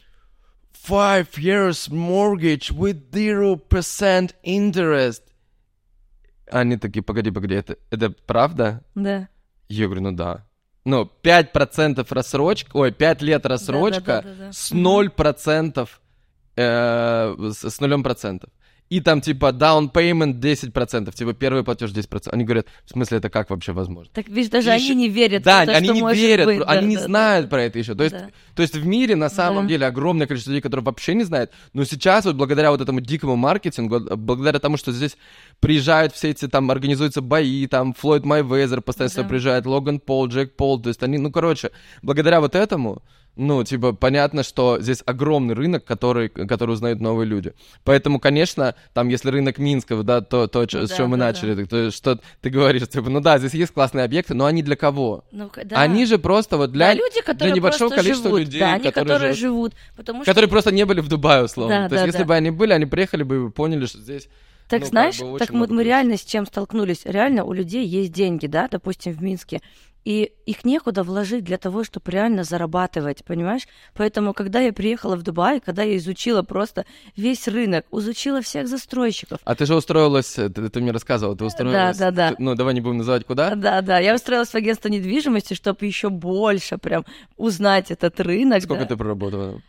five years mortgage with zero percent interest. Они такие, погоди, погоди, это, это правда? Да. Я говорю, ну да. Ну, пять процентов рассрочка, ой, пять лет рассрочка да, да, да, да, да. с ноль процентов, э, с, с нулем процентов. И там, типа, down payment десять процентов, типа, первый платеж десять процентов. Они говорят, в смысле, это как вообще возможно? Так, видишь, даже и они еще... не верят да, в то, они что не может верят, быть. они да, не да, знают да. про это еще. То есть, да. то есть в мире на самом да. деле огромное количество людей, которые вообще не знают. Но сейчас вот благодаря вот этому дикому маркетингу, благодаря тому, что здесь приезжают все эти, там, организуются бои, там, Флойд Майвезер постоянно да. приезжает, Логан Пол, Джек Пол, то есть они, ну, короче, благодаря вот этому... ну, типа, понятно, что здесь огромный рынок, который, который узнают новые люди. Поэтому, конечно, там, если рынок Минска, да, то, то ну, с да, чего мы да, начали, да. то, что ты говоришь, типа, ну да, здесь есть классные объекты, но они для кого? Ну, да. Они же просто вот для, да, люди, для небольшого количества живут. людей, да, они, которые, которые живут. Потому что... Которые просто не были в Дубае, условно. Да, то да, есть, если да. бы они были, они приехали бы и поняли, что здесь... Так ну, знаешь, как бы так мы, мы реально с чем столкнулись. Реально у людей есть деньги, да, допустим, в Минске. И их некуда вложить для того, чтобы реально зарабатывать, понимаешь? Поэтому, когда я приехала в Дубай, когда я изучила просто весь рынок, изучила всех застройщиков. А ты же устроилась, ты, ты мне рассказывала, ты устроилась... Да, да, да. Ну, давай не будем называть куда. Да, да, я устроилась в агентство недвижимости, чтобы еще больше прям узнать этот рынок. Сколько да. ты проработала?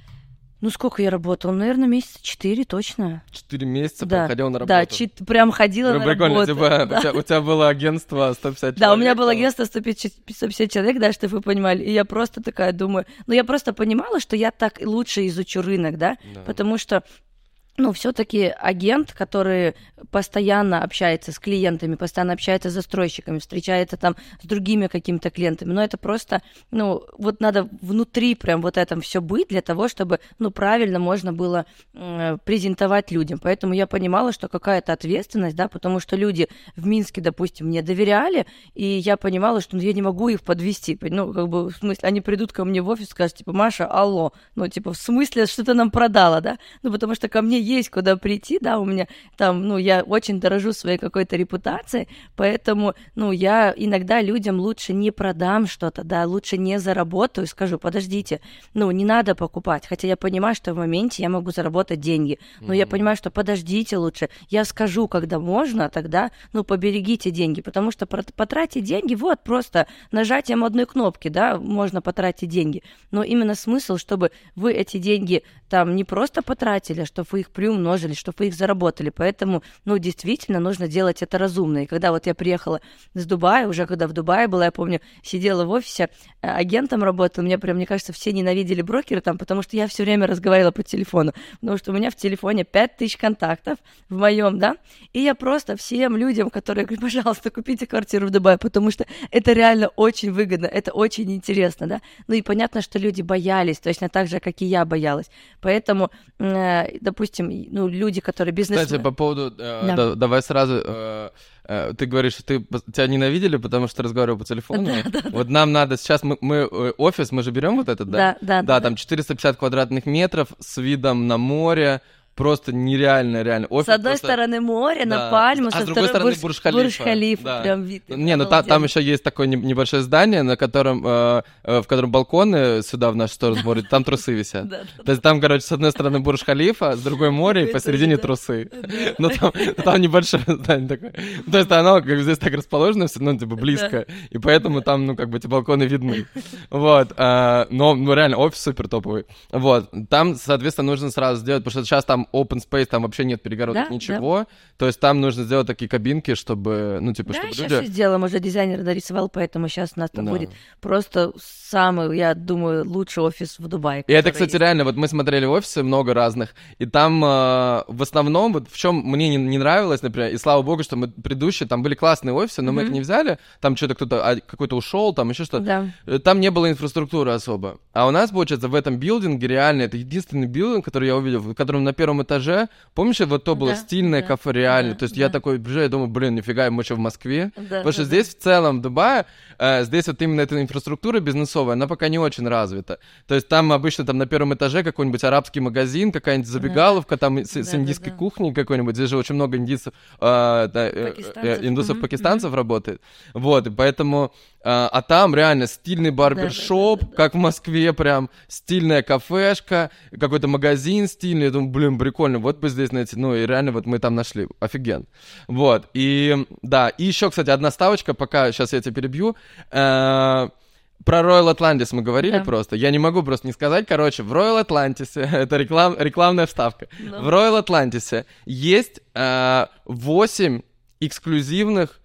Ну, сколько я работала? Наверное, месяца четыре точно. Четыре месяца да. ходила на работу? Да, чит... прям ходила прям на прикольно, работу. Типа, да. у, тебя, у тебя было агентство сто пятьдесят человек? Да, у меня было агентство сто пятьдесят человек, да, чтобы вы понимали. И я просто такая думаю... Ну, я просто понимала, что я так лучше изучу рынок, да, да. потому что... Ну, все-таки агент, который постоянно общается с клиентами, постоянно общается с застройщиками, встречается там с другими какими-то клиентами, но это просто, ну, вот надо внутри прям вот этом все быть для того, чтобы, ну, правильно можно было э, презентовать людям. Поэтому я понимала, что какая-то ответственность, да, потому что люди в Минске, допустим, мне доверяли, и я понимала, что ну, я не могу их подвести. Ну, как бы, в смысле, они придут ко мне в офис и скажут, типа, Маша, алло, ну, типа, в смысле, что ты нам продала, да? Ну, потому что ко мне есть куда прийти, да, у меня там, ну, я очень дорожу своей какой-то репутацией, поэтому, ну, я иногда людям лучше не продам что-то, да, лучше не заработаю, скажу, подождите, ну, не надо покупать, хотя я понимаю, что в моменте я могу заработать деньги, но mm-hmm. я понимаю, что подождите лучше, я скажу, когда можно, тогда, ну, поберегите деньги, потому что потратить деньги, вот, просто нажатием одной кнопки, да, можно потратить деньги, но именно смысл, чтобы вы эти деньги там не просто потратили, а чтобы вы их приумножили, чтобы вы их заработали. Поэтому, ну, действительно, нужно делать это разумно. И когда вот я приехала с Дубая, уже когда в Дубае была, я помню, сидела в офисе, агентом работала, мне прям, мне кажется, все ненавидели брокеры там, потому что я все время разговаривала по телефону, потому что у меня в телефоне пять тысяч контактов в моем, да, и я просто всем людям, которые говорят, пожалуйста, купите квартиру в Дубае, потому что это реально очень выгодно, это очень интересно, да. Ну и понятно, что люди боялись, точно так же, как и я боялась. Поэтому, э, допустим, ну, люди, которые бизнес... Кстати, по поводу... Э, да. Да, давай сразу... Э, э, ты говоришь, что ты, тебя ненавидели, потому что ты разговаривал по телефону. Да, да, вот да. нам надо сейчас... Мы, мы офис, мы же берем вот этот, да? Да, да. Да, да там четыреста пятьдесят квадратных метров с видом на море. Просто нереально, реально. Офис с одной просто... стороны море, да. на пальму, а со с другой стороны Бурж... Бурж-Халифа. Бурж-Халифа, да. прям вид. Не, ну та, там еще есть такое небольшое здание, на котором, э, э, в котором балконы сюда в нашу сторону смотрят, там трусы висят. То есть там, короче, с одной стороны Бурж-Халифа, с другой море, и посередине трусы. Ну там небольшое здание такое. То есть оно как здесь так расположено, все, ну типа близко, и поэтому там, ну как бы эти балконы видны. Вот, но реально офис супер топовый. Вот, там, соответственно, нужно сразу сделать, потому что сейчас там open space, там вообще нет перегородок, да, ничего. Да. То есть там нужно сделать такие кабинки, чтобы, ну, типа, да, чтобы сейчас люди... все сделаем, уже дизайнер дорисовал, поэтому сейчас у нас там да. будет просто самый, я думаю, лучший офис в Дубае. И это, кстати, есть. Реально, вот мы смотрели офисы много разных, и там э, в основном, вот в чем мне не, не нравилось, например, и слава богу, что мы предыдущие, там были классные офисы, но mm-hmm. мы их не взяли, там что-то кто-то, а, какой-то ушел, там еще что-то. Да. Там не было инфраструктуры особо. А у нас, получается, в этом билдинге реально, это единственный билдинг, который я увидел, в котором на первом этаже, помнишь, вот то было да, стильное да, кафе, реально. Да, то есть да. я такой бежу, я думаю, блин, нифига, мы что, в Москве? Да, Потому да, что да. здесь в целом, в Дубае, э, здесь вот именно эта инфраструктура бизнесовая, она пока не очень развита. То есть там обычно там на первом этаже какой-нибудь арабский магазин, какая-нибудь забегаловка, да. там с, да, с индийской да, да. кухней какой-нибудь. Здесь же очень много индийцев, э, да, э, индусов-пакистанцев mm-hmm. работает. Вот, и поэтому... А, а там реально стильный барбершоп, да, да, да, да. как в Москве, прям стильная кафешка, какой-то магазин стильный. Я думаю, блин, прикольно, вот бы здесь найти. Ну и реально вот мы там нашли, офиген. Вот, и да, и еще, кстати, одна ставочка, пока сейчас я тебя перебью. Э-э- Про Royal Atlantis мы говорили да. просто. Я не могу просто не сказать. Короче, в Royal Atlantis, это реклам, рекламная вставка, no. в Royal Atlantis есть э, восемь эксклюзивных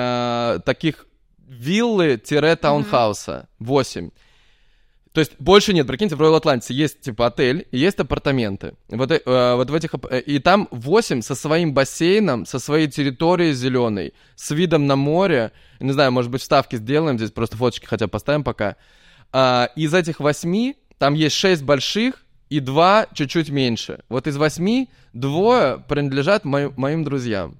э, таких виллы-таунхауса. восемь. То есть больше нет, прикиньте, в Royal Atlantis есть типа отель, и есть апартаменты. Вот, э, вот в этих... И там восемь со своим бассейном, со своей территорией зеленой, с видом на море. Не знаю, может быть, вставки сделаем, здесь просто фоточки хотя бы поставим пока. А, из этих восьми там есть шесть больших и два чуть-чуть меньше. Вот из восьми двое принадлежат мо- моим друзьям.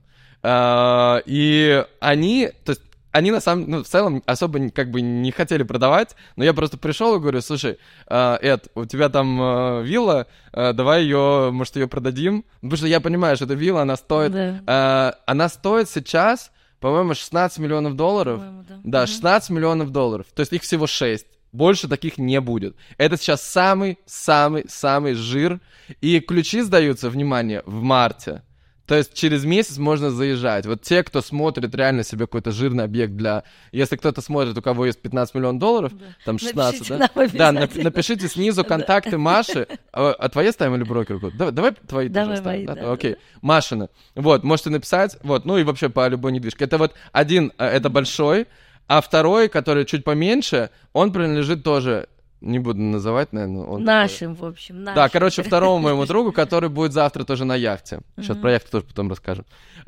А, и они, то есть они на самом, ну, в целом особо как бы не хотели продавать, но я просто пришел и говорю: слушай, э, Эд, у тебя там э, вилла, э, давай ее, может, ее продадим, потому что я понимаю, что эта вилла, она стоит, Да. э, она стоит сейчас, по-моему, шестнадцать миллионов долларов, По-моему, да. да, Мгм. шестнадцать миллионов долларов, то есть их всего шесть. Больше таких не будет. Это сейчас самый-самый-самый жир. И ключи сдаются, внимание, в марте. То есть через месяц можно заезжать. Вот те, кто смотрит реально себе какой-то жирный объект для... Если кто-то смотрит, у кого есть пятнадцать миллионов долларов, Да. там шестнадцать, Напишите да? нам Да, нап- обязательно. напишите снизу контакты Маши. А, а твои ставим или брокер? Давай, давай твои Давай тоже ставим. мои, Да? да, Окей. да. Машина. Вот, можете написать. Вот, ну и вообще по любой недвижке. Это вот один, э, это большой, а второй, который чуть поменьше, он принадлежит тоже... Не буду называть, наверное. Он Нашим, в общем, такой. нашим. Да, короче, второму моему другу, который будет завтра тоже на яхте. Сейчас Мгм. про яхту тоже потом расскажем.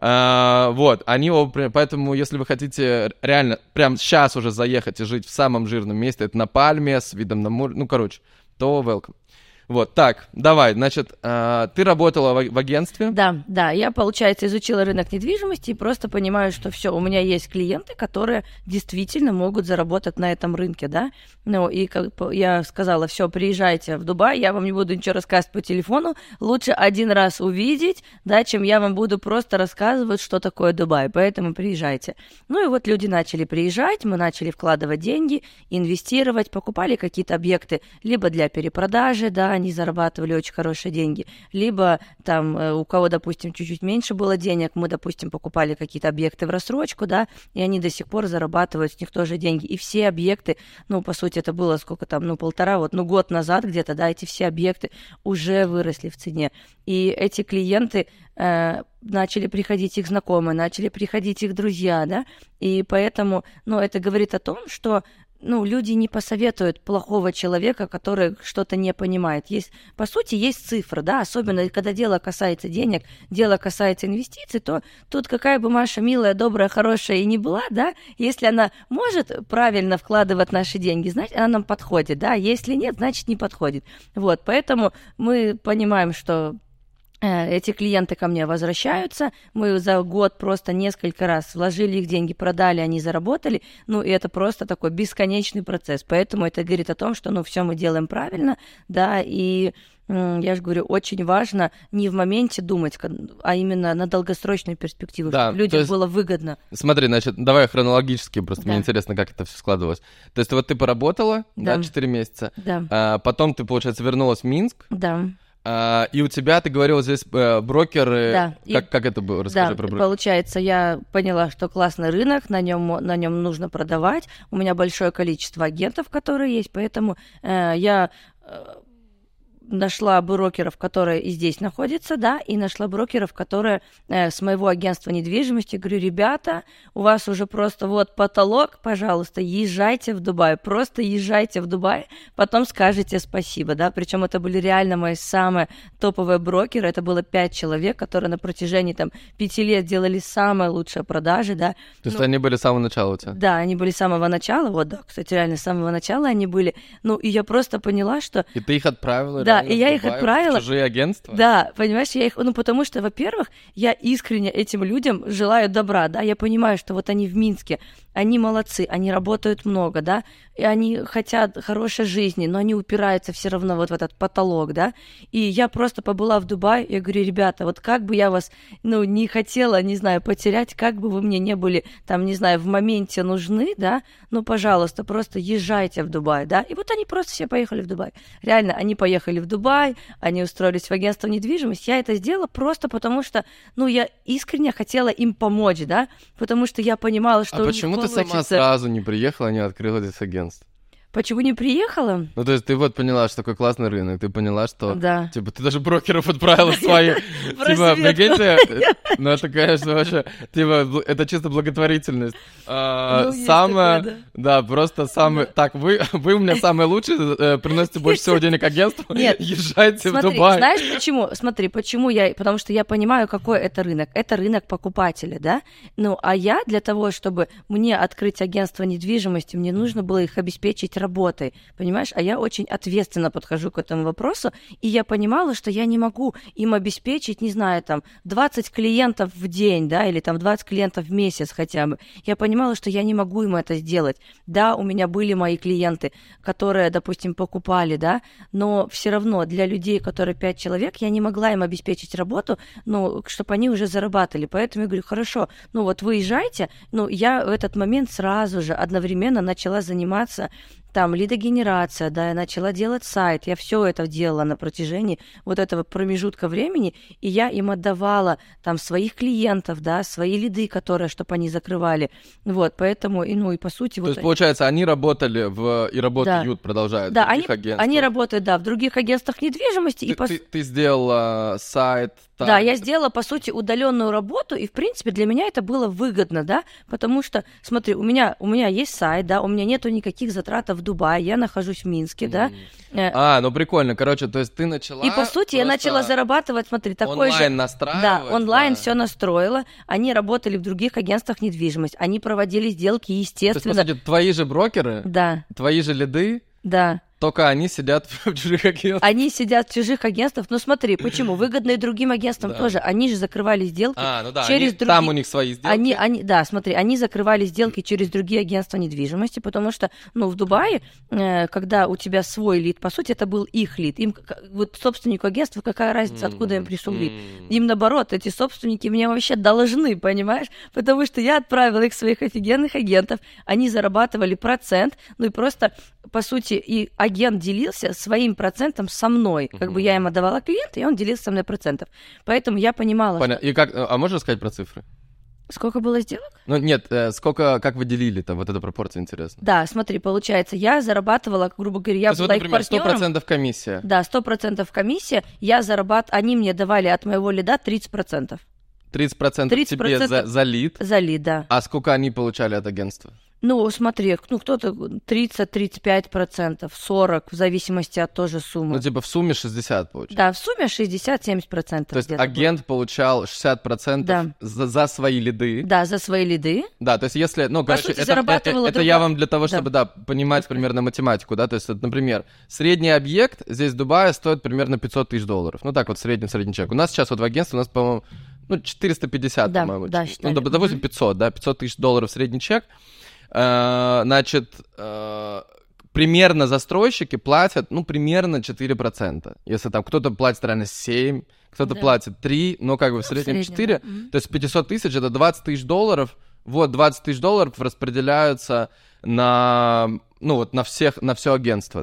А, вот, они оба... при- Поэтому, если вы хотите реально прям сейчас уже заехать и жить в самом жирном месте, это на Пальме, с видом на море, ну, короче, то welcome. Вот, так, давай, значит, а, ты работала в, в агентстве? Да, да, я, получается, изучила рынок недвижимости и просто понимаю, что все, у меня есть клиенты, которые действительно могут заработать на этом рынке, да. Ну, и как бы я сказала: все, приезжайте в Дубай, я вам не буду ничего рассказывать по телефону, лучше один раз увидеть, да, чем я вам буду просто рассказывать, что такое Дубай, поэтому приезжайте. Ну и вот люди начали приезжать, мы начали вкладывать деньги, инвестировать, покупали какие-то объекты либо для перепродажи, да, они зарабатывали очень хорошие деньги, либо там э, у кого, допустим, чуть-чуть меньше было денег, мы, допустим, покупали какие-то объекты в рассрочку, да, и они до сих пор зарабатывают с них тоже деньги. И все объекты, ну, по сути, это было сколько там, ну, полтора, вот, ну, год назад где-то, да, эти все объекты уже выросли в цене. И эти клиенты э, начали приходить их знакомые, начали приходить их друзья, да, и поэтому, ну, это говорит о том, что ну, люди не посоветуют плохого человека, который что-то не понимает. Есть, по сути, есть цифры, да, особенно когда дело касается денег, дело касается инвестиций, то тут какая бы Маша милая, добрая, хорошая и не была, да, если она может правильно вкладывать наши деньги, значит, она нам подходит, да, если нет, значит, не подходит. Вот, поэтому мы понимаем, что эти клиенты ко мне возвращаются, мы за год просто несколько раз вложили их деньги, продали, они заработали, ну, и это просто такой бесконечный процесс, поэтому это говорит о том, что, ну, все мы делаем правильно, да, и я же говорю, очень важно не в моменте думать, а именно на долгосрочную перспективу, Да, чтобы людям есть, было выгодно. Смотри, значит, давай хронологически, просто Да. мне интересно, как это все складывалось. То есть вот ты поработала, да, Да. четыре месяца, Да, а, потом ты, получается, вернулась в Минск, да. а, и у тебя, ты говорила, здесь э, брокеры, Да, как, и- как это было? Расскажи Да, про брокеров. получается, я поняла, что классный рынок, на нем на нем нужно продавать. У меня большое количество агентов, которые есть, поэтому э, я э, нашла брокеров, которые и здесь находятся, да, и нашла брокеров, которые э, с моего агентства недвижимости. Говорю: ребята, у вас уже просто вот потолок, пожалуйста, езжайте в Дубай, просто езжайте в Дубай, потом скажете спасибо, да, причем это были реально мои самые топовые брокеры, это было пять человек, которые на протяжении там пяти лет делали самые лучшие продажи, да. То есть Ну, они были с самого начала у тебя? да, они были с самого начала, вот, да, кстати, реально с самого начала они были, ну, и я просто поняла, что И ты их отправила? Да, реально и в я их Дубай, отправила. В чужие агентства? да, понимаешь, я их, ну, потому что, во-первых, я искренне этим людям желаю добра, да, я понимаю, что вот они в Минске, они молодцы, они работают много, да, и они хотят хорошей жизни, но они упираются все равно вот в этот потолок, да, и я просто побыла в Дубае, я говорю: ребята, вот как бы я вас, ну, не хотела, не знаю, потерять, как бы вы мне не были, там, не знаю, в моменте нужны, да, ну, пожалуйста, просто езжайте в Дубай, да, и вот они просто все поехали в Дубай, реально, они поехали в Дубай, они устроились в агентство недвижимости, я это сделала просто потому, что, ну, я искренне хотела им помочь, да, потому что я понимала, что А у них почему ты получится. сама сразу не приехала, не открыла здесь агентство? Почему не приехала? Ну, то есть ты вот поняла, что такой классный рынок, ты поняла, что... Да. Типа, ты даже брокеров отправила своих. Типа, Просветила. прикиньте, ну, это, конечно, вообще, типа, бл- это чисто благотворительность. А, Ну, есть Самое, такое, да, просто самый... Так, вы вы у меня самые лучшие, э, приносите больше всего денег агентству, Нет. езжайте в Смотри, Дубай. знаешь почему? Смотри, почему я... Потому что я понимаю, какой это рынок. Это рынок покупателя, да? Ну, а я для того, чтобы мне открыть агентство недвижимости, мне нужно было их обеспечить работой, понимаешь? А я очень ответственно подхожу к этому вопросу, и я понимала, что я не могу им обеспечить, не знаю, там, двадцать клиентов в день, да, или там двадцать клиентов в месяц хотя бы. Я понимала, что я не могу им это сделать. Да, у меня были мои клиенты, которые, допустим, покупали, да, но все равно для людей, которые пять человек, я не могла им обеспечить работу, ну, чтобы они уже зарабатывали. Поэтому я говорю, хорошо, ну вот выезжайте, ну, я в этот момент сразу же одновременно начала заниматься там лидогенерация, да, я начала делать сайт, я все это делала на протяжении вот этого промежутка времени, и я им отдавала там своих клиентов, да, свои лиды, которые, чтобы они закрывали, вот, поэтому, и, ну, и по сути... То вот... есть, получается, они работали в... и работают, да. продолжают да, в других они, агентствах? они работают, да, в других агентствах недвижимости. Ты, и по... ты, ты сделала сайт... Так. Да, я сделала, по сути, удаленную работу, и, в принципе, для меня это было выгодно, да, потому что, смотри, у меня, у меня есть сайт, да, у меня нету никаких затрат в Дубае, я нахожусь в Минске, mm. да. А, ну прикольно, короче, то есть ты начала... И, по сути, я начала зарабатывать, смотри, такой же... Онлайн настраивать. Да, онлайн да. все настроила, они работали в других агентствах недвижимости, они проводили сделки, естественно. То есть, по сути, твои же брокеры, да. твои же лиды, да. только они сидят в чужих агентствах. Они сидят в чужих агентствах. Ну смотри, почему? Выгодно и другим агентствам да. тоже. Они же закрывали сделки а, ну да, через они, другие... Там у них свои сделки. Они, они, да, смотри, они закрывали сделки через другие агентства недвижимости, потому что, ну, в Дубае, э, когда у тебя свой лид, по сути, это был их лид. Им, вот собственнику агентства, какая разница, откуда им пришел лид? Им, наоборот, эти собственники мне вообще должны, понимаешь? Потому что я отправила их своих офигенных агентов, они зарабатывали процент, ну и просто, по сути, и агент делился своим процентом со мной. Как uh-huh. бы я им отдавала клиента, и он делился со мной процентов. Поэтому я понимала, Понятно. что... И как... А можешь сказать про цифры? Сколько было сделок? Ну, нет, э, сколько, как вы делили-то, вот эта пропорция интересна. Да, смотри, получается, я зарабатывала, грубо говоря, я То есть, была вот, их например, партнером. сто процентов комиссия. Да, сто процентов комиссия, я зарабатывала, они мне давали от моего лида тридцать процентов. тридцать процентов тебе за, за лид? За лид, да. А сколько они получали от агентства? Ну, смотри, ну, кто-то тридцать-тридцать пять процентов, сорок, в зависимости от той же суммы. Ну, типа в сумме шестьдесят получается. Да, в сумме шестьдесят-семьдесят процентов. То есть агент было. получал шестьдесят процентов да. за, за свои лиды. Да, за свои лиды. Да, то есть если, ну, По короче, сути, это, это, это другая... я вам для того, чтобы, да, да понимать примерно математику, да, то есть, например, средний объект здесь в Дубае стоит примерно пятьсот тысяч долларов. Ну, так вот, средний-средний человек. У нас сейчас вот в агентстве, у нас, по-моему, ну, четыреста пятьдесят, да, по-моему. Да, ну, допустим, пятьсот, да, пятьсот тысяч долларов средний чек. Значит, примерно застройщики платят, ну, примерно четыре процента. Если там кто-то платит реально семь, кто-то да. платит три, но как бы в среднем ну, четыре. Да. То есть пятьсот тысяч — это двадцать тысяч долларов. Вот, двадцать тысяч долларов распределяются на, ну, вот на всех, на все агентство,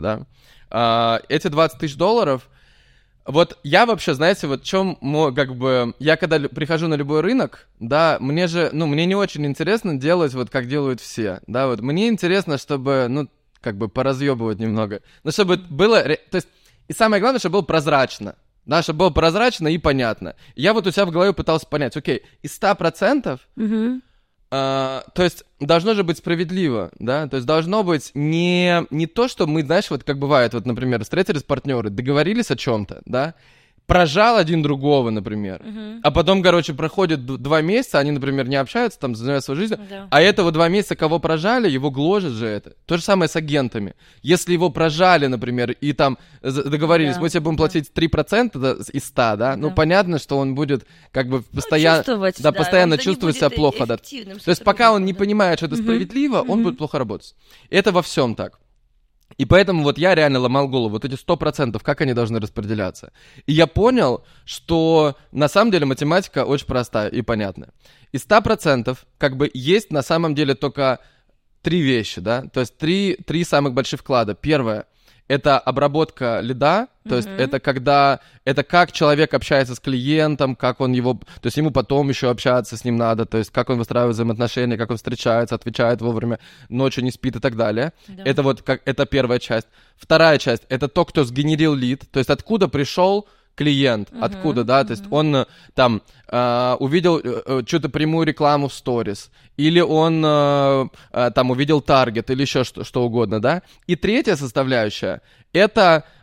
да. Эти двадцать тысяч долларов... Вот я вообще, знаете, вот в чем, как бы, я когда прихожу на любой рынок, да, мне же, ну, мне не очень интересно делать вот как делают все, да, вот мне интересно, чтобы, ну, как бы поразъебывать немного, но чтобы было, то есть, и самое главное, чтобы было прозрачно, да, чтобы было прозрачно и понятно. Я вот у себя в голове пытался понять, окей, из ста процентов... Mm-hmm. Uh, то есть должно же быть справедливо, да, то есть должно быть не, не то, что мы, знаешь, вот как бывает, вот, например, встретились партнеры, договорились о чем-то, да, прожал один другого, например, uh-huh. а потом, короче, проходит д- два месяца, они, например, не общаются, там, занимаются своей жизнью, yeah. а этого два месяца, кого прожали, его гложет же это. То же самое с агентами. Если его прожали, например, и там договорились, yeah. мы тебе будем платить три процента из ста, да, yeah. ну, понятно, что он будет как бы постоянно, ну, да, да, постоянно чувствовать себя плохо, да. То есть пока он не понимает, что это uh-huh. справедливо, uh-huh. он будет плохо работать. Это во всем так. И поэтому вот я реально ломал голову, вот эти сто процентов, как они должны распределяться. И я понял, что на самом деле математика очень простая и понятная. Из ста процентов как бы есть на самом деле только три вещи, да, то есть три, три самых больших вклада. Первое — это обработка лида, то mm-hmm. есть это когда, это как человек общается с клиентом, как он его, то есть ему потом еще общаться с ним надо, то есть как он выстраивает взаимоотношения, как он встречается, отвечает вовремя, ночью не спит и так далее. Yeah. Это вот как, это первая часть. Вторая часть — это то, кто сгенерил лид, то есть откуда пришел клиент, uh-huh, откуда, да, uh-huh. то есть он там э, увидел э, что-то прямую рекламу в сторис, или он э, э, там увидел таргет, или еще что, что угодно, да. И третья составляющая — это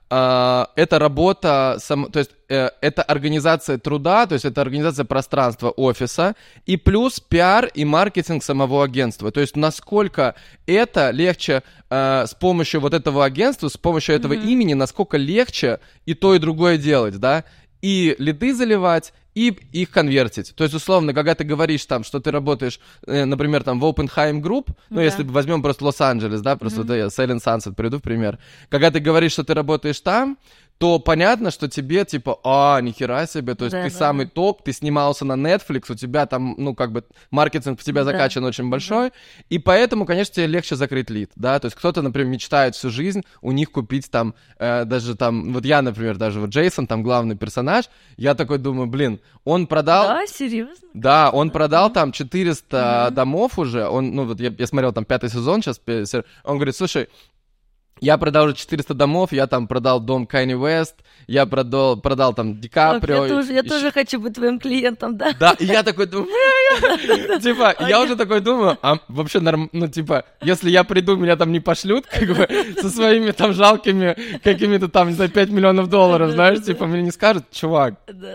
э, это работа, сам, то есть э, это организация труда, то есть это организация пространства офиса, и плюс пиар и маркетинг самого агентства. То есть насколько это легче э, с помощью вот этого агентства, с помощью этого mm-hmm. имени, насколько легче и то, и другое делать, да, и лиды заливать, и их конвертить. То есть, условно, когда ты говоришь там, что ты работаешь, э, например, там в Oppenheim Group, ну, да. если возьмем просто Лос-Анджелес, да, просто mm-hmm. вот я Silent Sunset приведу в пример. Когда ты говоришь, что ты работаешь там, то понятно, что тебе типа, а, нихера себе, то есть да, ты да. самый топ, ты снимался на Netflix, у тебя там, ну, как бы, маркетинг в тебя да. закачан очень большой, да. и поэтому, конечно, тебе легче закрыть лид, да, то есть кто-то, например, мечтает всю жизнь у них купить там, э, даже там, вот я, например, даже вот Джейсон, там главный персонаж, я такой думаю, блин, он продал... Да, серьезно? Да, он продал там четыреста mm-hmm. домов уже, он, ну, вот я, я смотрел там пятый сезон сейчас, он говорит, слушай, я продал уже четыреста домов, я там продал дом Канье Уэст, я продал, продал там Ди Каприо. Я, тоже, я еще... тоже хочу быть твоим клиентом, да? Да, и я такой думаю, типа, я уже такой думаю, а вообще, ну, типа, если я приду, меня там не пошлют, как бы, со своими там жалкими какими-то там, не знаю, пять миллионов долларов, знаешь, типа, мне не скажут, чувак,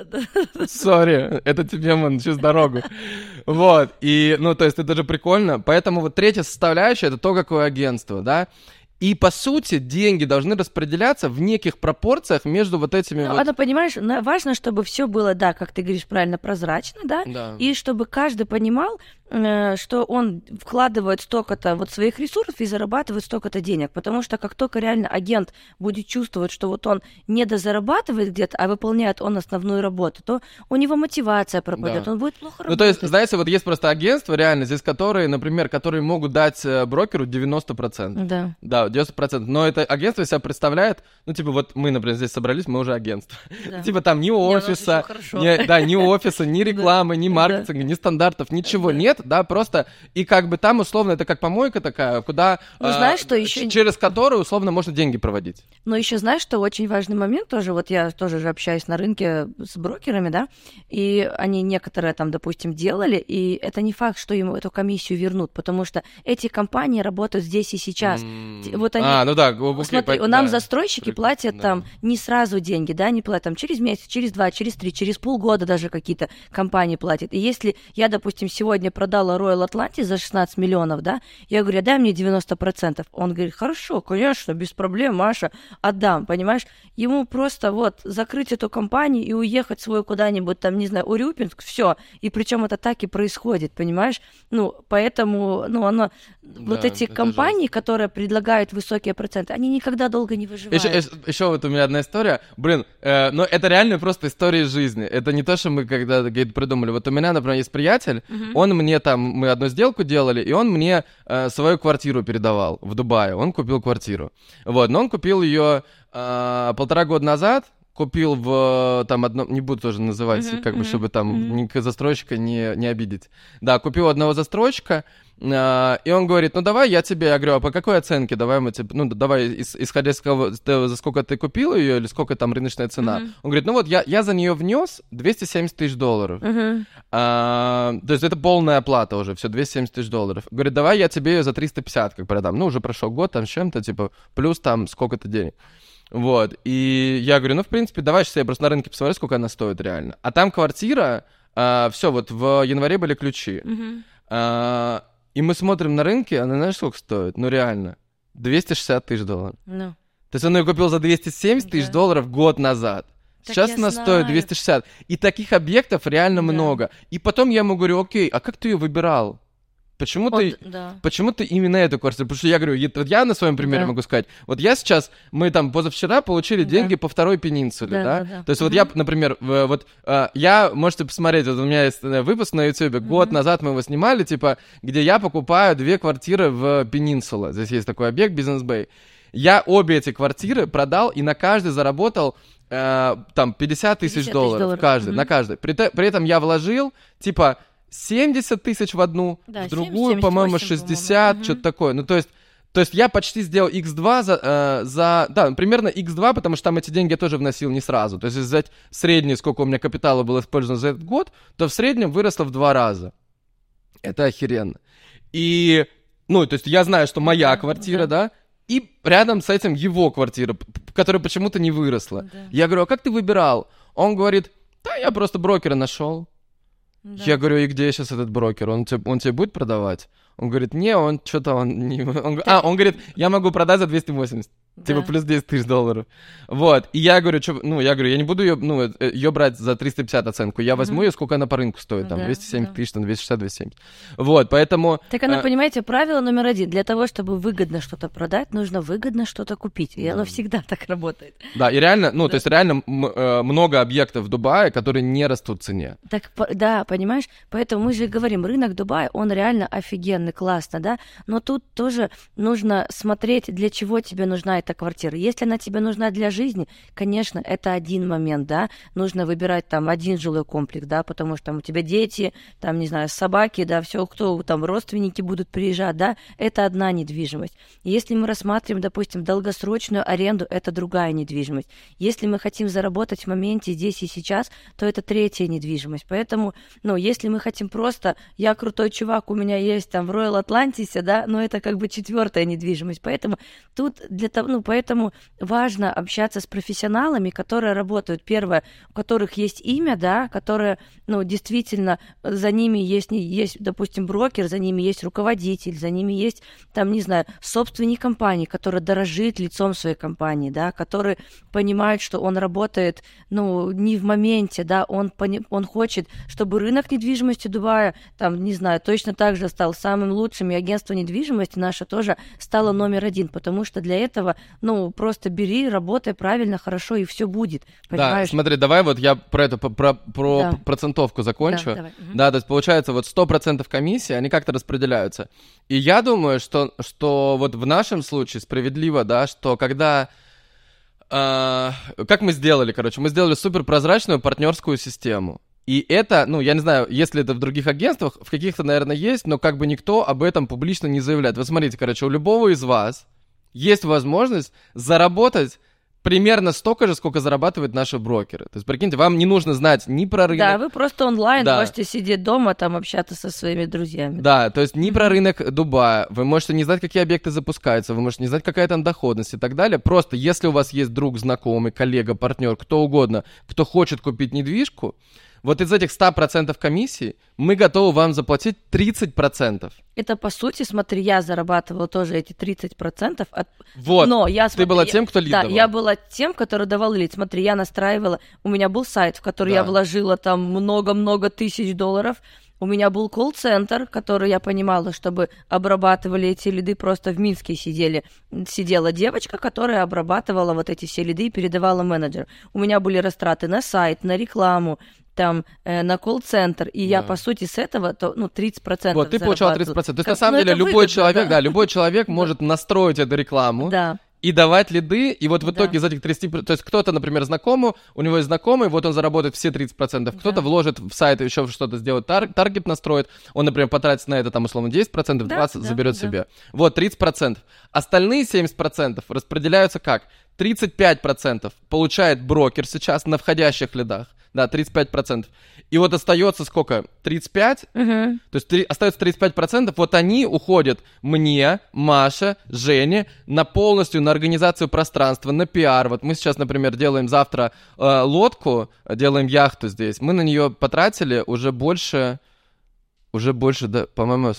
сори, это тебе, ман, через дорогу. Вот, и, ну, то есть это же прикольно, поэтому вот третья составляющая, это то, какое агентство, да, и, по сути, деньги должны распределяться в неких пропорциях между вот этими... Ну, вот... это, понимаешь, важно, чтобы все было, да, как ты говоришь правильно, прозрачно, да, да. и чтобы каждый понимал, э, что он вкладывает столько-то вот своих ресурсов и зарабатывает столько-то денег, потому что как только реально агент будет чувствовать, что вот он не дозарабатывает где-то, а выполняет он основную работу, то у него мотивация пропадет, да. он будет плохо работать. Ну, то есть, знаете, вот есть просто агентства, реально, здесь которые, например, которые могут дать брокеру девяносто процентов. Да. Да, девяносто процентов. Но это агентство себя представляет, ну, типа, вот мы, например, здесь собрались, мы уже агентство. Да. Типа там ни офиса, ни, да, ни офиса, ни рекламы, ни маркетинга, ни стандартов, ничего нет, да, просто, и как бы там, условно, это как помойка такая, куда, ну, знаешь, что еще... через которую, условно, можно деньги проводить. Но еще знаешь, что очень важный момент тоже, вот я тоже же общаюсь на рынке с брокерами, да, и они некоторые там, допустим, делали, и это не факт, что им эту комиссию вернут, потому что эти компании работают здесь и сейчас. Mm. Вот они... А, ну да, окей, смотри, по... нам да. застройщики Прик... платят да. там не сразу деньги, да, они платят там через месяц, через два, через три, через полгода даже какие-то компании платят. И если я, допустим, сегодня продала Royal Atlantis за шестнадцать миллионов, да, я говорю, дай мне девяносто процентов. Он говорит, хорошо, конечно, без проблем, Маша, отдам, понимаешь? Ему просто вот закрыть эту компанию и уехать свой куда-нибудь там, не знаю, Урюпинск, все. И причем это так и происходит, понимаешь? Ну, поэтому, ну, оно, да, вот эти компании, жестко. Которые предлагают высокие проценты, они никогда долго не выживают. Еще, еще вот у меня одна история, блин, э, но это реально просто история жизни. Это не то, что мы когда-то придумали. Вот у меня, например, есть приятель, uh-huh. он мне там, мы одну сделку делали, и он мне э, свою квартиру передавал в Дубае. Он купил квартиру. Вот, но он купил ее э, полтора года назад. Купил в, там, одно, не буду тоже называть, uh-huh, как бы, uh-huh, чтобы там uh-huh. застройщика не, не обидеть. Да, купил одного застройщика, э, и он говорит, ну, давай я тебе, я говорю, а по какой оценке, давай мы тебе, ну, давай, ис, исходя из того, за сколько ты купил ее, или сколько там рыночная цена. Uh-huh. Он говорит, ну, вот я, я за нее внес двести семьдесят тысяч долларов. Uh-huh. А, то есть это полная оплата уже, все, двести семьдесят тысяч долларов. Говорит, давай я тебе ее за триста пятьдесят как продам. Ну, уже прошел год, там, с чем-то, типа, плюс там сколько-то денег. Вот, и я говорю, ну, в принципе, давай сейчас я просто на рынке посмотрю, сколько она стоит реально. А там квартира, а, все, вот в январе были ключи. Uh-huh. А, и мы смотрим на рынке, она, знаешь, сколько стоит? Ну, реально, двести шестьдесят тысяч долларов. No. То есть он ее купил за двести семьдесят тысяч yeah. долларов год назад. Так сейчас она знаю. Стоит двести шестьдесят. И таких объектов реально yeah. много. И потом я ему говорю, окей, а как ты ее выбирал? Почему, Он, ты, да. почему ты именно эту квартиру? Потому что я говорю, вот я на своем примере да. могу сказать, вот я сейчас, мы там позавчера получили да. деньги по второй пенинсуле, да? да? да, да. То есть угу. вот я, например, вот я, можете посмотреть, вот у меня есть выпуск на YouTube, угу. год назад мы его снимали, типа, где я покупаю две квартиры в Пенинсула. Здесь есть такой объект, Business Bay. Я обе эти квартиры продал и на каждой заработал э, там пятьдесят тысяч долларов, каждый, угу. на каждый. При, при этом я вложил, типа, семьдесят тысяч в одну, да, в другую, семьдесят, по-моему, шестьдесят, по-моему. Что-то угу. такое. Ну, то есть, то есть я почти сделал икс два за, э, за... Да, примерно икс два, потому что там эти деньги я тоже вносил не сразу. То есть, если взять среднее, сколько у меня капитала было использовано за этот год, то в среднем выросло в два раза. Это охеренно. И, ну, то есть я знаю, что моя квартира, да, и рядом с этим его квартира, которая почему-то не выросла. Да. Я говорю, а как ты выбирал? Он говорит, да, я просто брокера нашел. Да. Я говорю, и где сейчас этот брокер? Он тебе, он тебе будет продавать? Он говорит, не, он что-то, он не... Он, а, он говорит, я могу продать за двести восемьдесят. Да. Типа плюс десять тысяч долларов. Вот. И я говорю, что, ну, я говорю, я не буду ее, ну, ее брать за триста пятьдесят оценку. Я возьму mm-hmm. ее, сколько она по рынку стоит, там, да, двести семьдесят тысяч, там, двести шестьдесят, двести семьдесят. Вот, поэтому... Так оно, а... понимаете, правило номер один. Для того, чтобы выгодно что-то продать, нужно выгодно что-то купить. И да. оно всегда так работает. Да, и реально, ну, да. то есть реально м- много объектов в Дубае, которые не растут в цене. Так, да, понимаешь? Поэтому мы же говорим, рынок Дубая, он реально офигенный, классно, да? Но тут тоже нужно смотреть, для чего тебе нужна эта квартира. Если она тебе нужна для жизни, конечно, это один момент, да, нужно выбирать там один жилой комплекс, да, потому что там у тебя дети, там, не знаю, собаки, да, все, кто там, родственники будут приезжать, да, это одна недвижимость. Если мы рассматриваем, допустим, долгосрочную аренду, это другая недвижимость. Если мы хотим заработать в моменте здесь и сейчас, то это третья недвижимость. Поэтому, ну, если мы хотим просто, я крутой чувак, у меня есть там в Royal Atlantis, да, но это как бы четвертая недвижимость. Поэтому тут для того, ну, поэтому важно общаться с профессионалами, которые работают, первое, у которых есть имя, да, которые, ну, действительно, за ними есть, есть, допустим, брокер, за ними есть руководитель, за ними есть, там, не знаю, собственник компании, который дорожит лицом своей компании, да, который понимает, что он работает, ну, не в моменте, да, он, пони- он хочет, чтобы рынок недвижимости Дубая, там, не знаю, точно так же стал самым лучшим, и агентство недвижимости наше тоже стало номер один, потому что для этого, ну, просто бери, работай правильно, хорошо, и все будет. Понимаешь? Да, смотри, давай вот я про это, про, про да. процентовку закончу. Да, давай. Да, то есть получается вот сто процентов комиссии, они как-то распределяются. И я думаю, что, что вот в нашем случае справедливо, да, что когда... Э, как мы сделали, короче, мы сделали суперпрозрачную партнерскую систему. И это, ну, я не знаю, если это в других агентствах, в каких-то, наверное, есть, но как бы никто об этом публично не заявляет. Вы смотрите, короче, у любого из вас есть возможность заработать примерно столько же, сколько зарабатывают наши брокеры. То есть, прикиньте, вам не нужно знать ни про рынок... Да, вы просто онлайн да. можете сидеть дома, там, общаться со своими друзьями. Да, то есть ни про рынок Дубая, вы можете не знать, какие объекты запускаются, вы можете не знать, какая там доходность и так далее. Просто, если у вас есть друг, знакомый, коллега, партнер, кто угодно, кто хочет купить недвижку, вот из этих ста процентов комиссии мы готовы вам заплатить тридцать процентов. Это, по сути, смотри, я зарабатывала тоже эти тридцать процентов. От... Вот, Но я, ты смотри, была тем, кто лид да, давал. Я была тем, который давал лид. Смотри, я настраивала, у меня был сайт, в который да. я вложила там много-много тысяч долларов. У меня был колл-центр, который я понимала, чтобы обрабатывали эти лиды, просто в Минске сидели. Сидела девочка, которая обрабатывала вот эти все лиды и передавала менеджеру. У меня были растраты на сайт, на рекламу, там, э, на колл-центр, и да. я, по сути, с этого, то, ну, тридцать процентов Вот, ты получала тридцать процентов. То есть, как, на самом деле, любой выгодно, человек, да. да, любой человек может настроить эту рекламу. Да. И давать лиды, и вот в итоге да. из этих тридцати процентов, то есть кто-то, например, знакомый, у него есть знакомый, вот он заработает все тридцать процентов, кто-то да. вложит в сайт еще что-то, сделает, тар- таргет настроит, он, например, потратит на это, там, условно, десять процентов, двадцать процентов да, заберет да. себе. Вот, тридцать процентов. Остальные семьдесят процентов распределяются как? тридцать пять процентов получает брокер сейчас на входящих лидах, да, тридцать пять процентов. И вот остается сколько? тридцать пять процентов? Угу. То есть три, остается тридцать пять процентов, вот они уходят мне, Маше, Жене на полностью на организацию пространства, на пиар. Вот мы сейчас, например, делаем завтра э, лодку, делаем яхту здесь. Мы на нее потратили уже больше, уже больше, да, по-моему...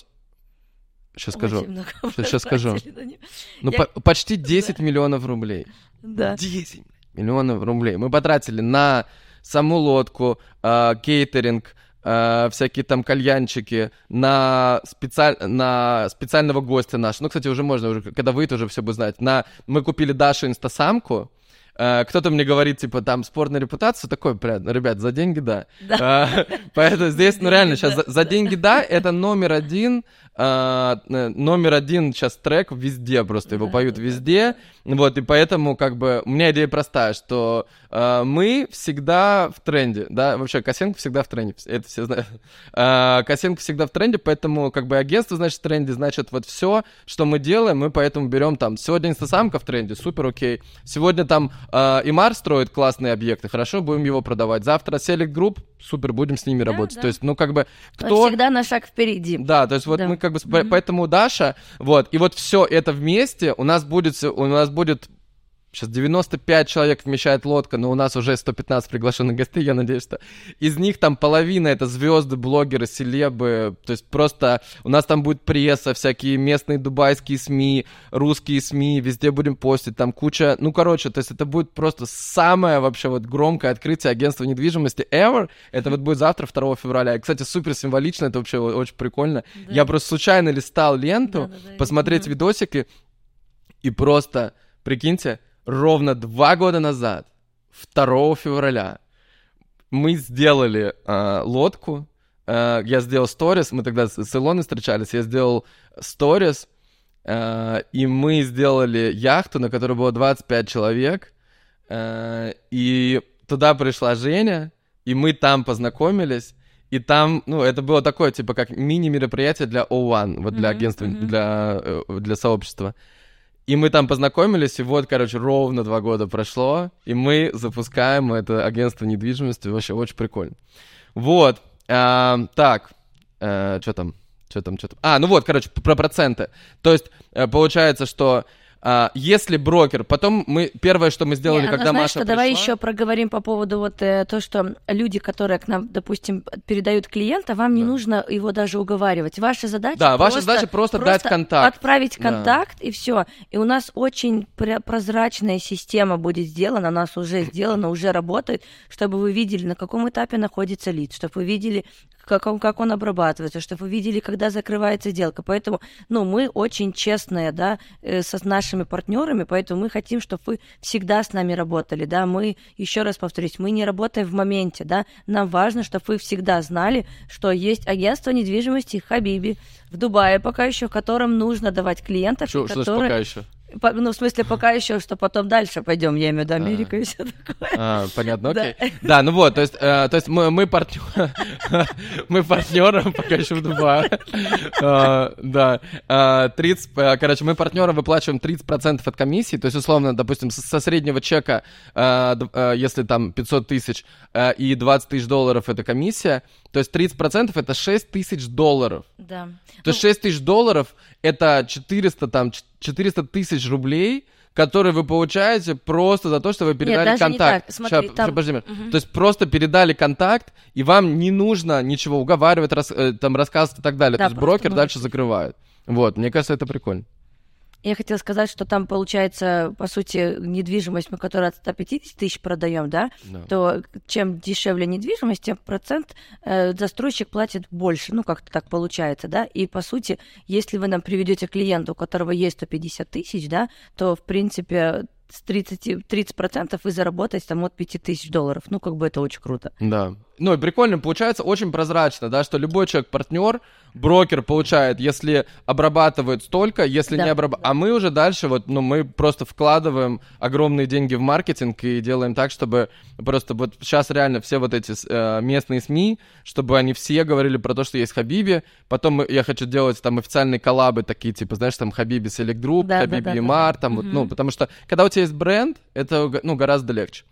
Сейчас скажу. Сейчас, сейчас скажу. Ну, я... по- почти десять да. миллионов рублей. Да. десять миллионов рублей. Мы потратили на саму лодку, э, кейтеринг, э, всякие там кальянчики, на, специаль... на специального гостя нашего. Ну, кстати, уже можно, уже, когда выйдет, уже все будет знать. На... Мы купили Дашу инстасамку. Uh, кто-то мне говорит, типа, там, спорт на репутацию, такой, ребят, за деньги, да. да. Uh, поэтому здесь, ну, реально, сейчас за, за деньги, да, это номер один, uh, номер один сейчас трек везде, просто его да, поют да, везде, да. Вот, и поэтому, как бы, у меня идея простая, что uh, мы всегда в тренде, да, вообще, Косенко всегда в тренде, это все знают. Uh, Косенко всегда в тренде, поэтому, как бы, агентство, значит, в тренде, значит, вот все, что мы делаем, мы поэтому берем, там, сегодня инстасамка в тренде, супер, окей, сегодня, там, э, Имар строит классные объекты, хорошо, будем его продавать. Завтра Select Group, супер, будем с ними да, работать. Да. То есть, ну, как бы, кто... Он всегда на шаг впереди. Да, то есть вот да. мы как бы, mm-hmm. поэтому Даша, вот, и вот все это вместе у нас будет, у нас будет... Сейчас девяносто пять человек вмещает лодка, но у нас уже сто пятнадцать приглашенных гостей, я надеюсь, что из них там половина это звезды, блогеры, селебы, то есть просто у нас там будет пресса, всякие местные дубайские СМИ, русские СМИ, везде будем постить, там куча, ну, короче, то есть это будет просто самое вообще вот громкое открытие агентства недвижимости ever, это вот будет завтра, второго февраля, и, кстати, супер символично, это вообще очень прикольно, да. Я просто случайно листал ленту, да, да, да, посмотреть видосики, и просто, прикиньте, ровно два года назад, второго февраля, мы сделали э, лодку, э, я сделал сторис, мы тогда с, с Илоной встречались, я сделал сторис, э, и мы сделали яхту, на которой было двадцать пять человек, э, и туда пришла Женя, и мы там познакомились, и там, ну, это было такое, типа, как мини-мероприятие для о один, вот для mm-hmm, агентства, mm-hmm. для, э, для сообщества. И мы там познакомились, и вот, короче, ровно два года прошло, и мы запускаем это агентство недвижимости, вообще очень прикольно. Вот, а, так, а, что там, что там, что там? А, ну вот, короче, про проценты. То есть, получается, что... Uh, если брокер, потом мы первое, что мы сделали, Не, когда знаешь, Маша что, пришла... Давай еще проговорим по поводу вот э, то, что люди, которые к нам, допустим, передают клиента, вам да. не нужно его даже уговаривать. Ваша задача да, просто, ваша задача просто, просто дать контакт, отправить контакт да. и все. И у нас очень прозрачная система будет сделана, у нас уже сделана, уже работает, чтобы вы видели, на каком этапе находится лид, чтобы вы видели, как он, как он обрабатывается, чтобы вы видели, когда закрывается сделка. Поэтому, ну, мы очень честные, да, э, со нашими партнерами, поэтому мы хотим, чтобы вы всегда с нами работали, да, мы, еще раз повторюсь, мы не работаем в моменте, да, нам важно, чтобы вы всегда знали, что есть агентство недвижимости Хабиби в Дубае пока еще, которым нужно давать клиентов, что, которые... Что пока еще? По, ну, в смысле, пока еще, что потом дальше пойдем, я имею в виду Америку а. и все такое. А, понятно, окей. Да, да ну вот, то есть, э, то есть мы, мы партнеры, мы партнеры пока еще в Дубае. Да, тридцать, короче, мы партнерам выплачиваем тридцать процентов от комиссии, то есть, условно, допустим, со среднего чека, если там пятьсот тысяч и двадцать тысяч долларов это комиссия, то есть тридцать процентов это шесть тысяч долларов. Да. То есть шесть тысяч долларов это четыреста, там, четыреста тысяч рублей, которые вы получаете просто за то, что вы передали Нет, контакт. Не так. Смотри, Сейчас, там... подожди, угу. То есть просто передали контакт, и вам не нужно ничего уговаривать, рас, там, рассказывать и так далее. Да, то есть брокер ну... дальше закрывает. Вот, мне кажется, это прикольно. Я хотела сказать, что там получается, по сути, недвижимость, мы которую от ста пятидесяти тысяч продаем, да, no. то чем дешевле недвижимость, тем процент э, застройщик платит больше, ну, как-то так получается, да, и, по сути, если вы нам приведете клиента, у которого есть сто пятьдесят тысяч, да, то, в принципе, с тридцать, тридцать процентов вы заработаете там от пяти тысяч долларов, ну, как бы это очень круто. Да. Ну, и прикольно, получается очень прозрачно, да, что любой человек партнер, брокер получает, если обрабатывает столько, если да, не обрабатывает. Да. А мы уже дальше, вот, ну, мы просто вкладываем огромные деньги в маркетинг и делаем так, чтобы просто вот сейчас реально все вот эти э, местные СМИ, чтобы они все говорили про то, что есть Хабиби. Потом мы, я хочу делать там официальные коллабы такие, типа, знаешь, там Хабиби Select Group, да, Хабиби да, да, Имар, да. там угу. вот, ну, потому что когда у тебя есть бренд, это, ну, гораздо легче.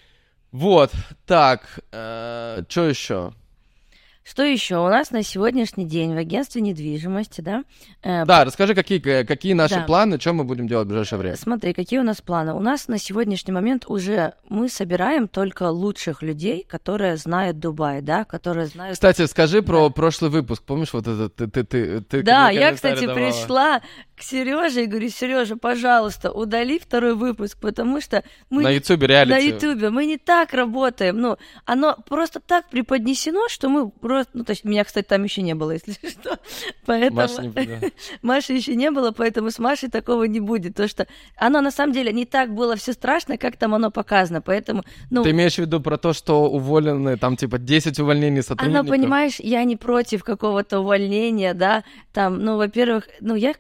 Вот, так, э, что еще? Что еще у нас на сегодняшний день в агентстве недвижимости, да? Э, да, расскажи, какие, какие наши да. планы, что мы будем делать в ближайшее время? Смотри, какие у нас планы. У нас на сегодняшний момент уже мы собираем только лучших людей, которые знают Дубай, да, которые знают... Кстати, скажи да. про прошлый выпуск, помнишь, вот это ты... ты, ты, ты да, я, кстати, давала. пришла к Сереже и говорю: Сережа, пожалуйста, удали второй выпуск, потому что мы... На Ютубе реалити. На Ютубе мы не так работаем, ну, оно просто так преподнесено, что мы просто... Ну, то есть меня, кстати, там еще не было, если что. Поэтому... Маши не было. Маши еще не было, поэтому с Машей такого не будет. То, что оно на самом деле не так было все страшно, как там оно показано. Поэтому, ну... Ты имеешь в виду про то, что уволены, там, типа, десять увольнений сотрудников? Оно, понимаешь, я не против какого-то увольнения, да, там, ну, во-первых, ну, я как считаю,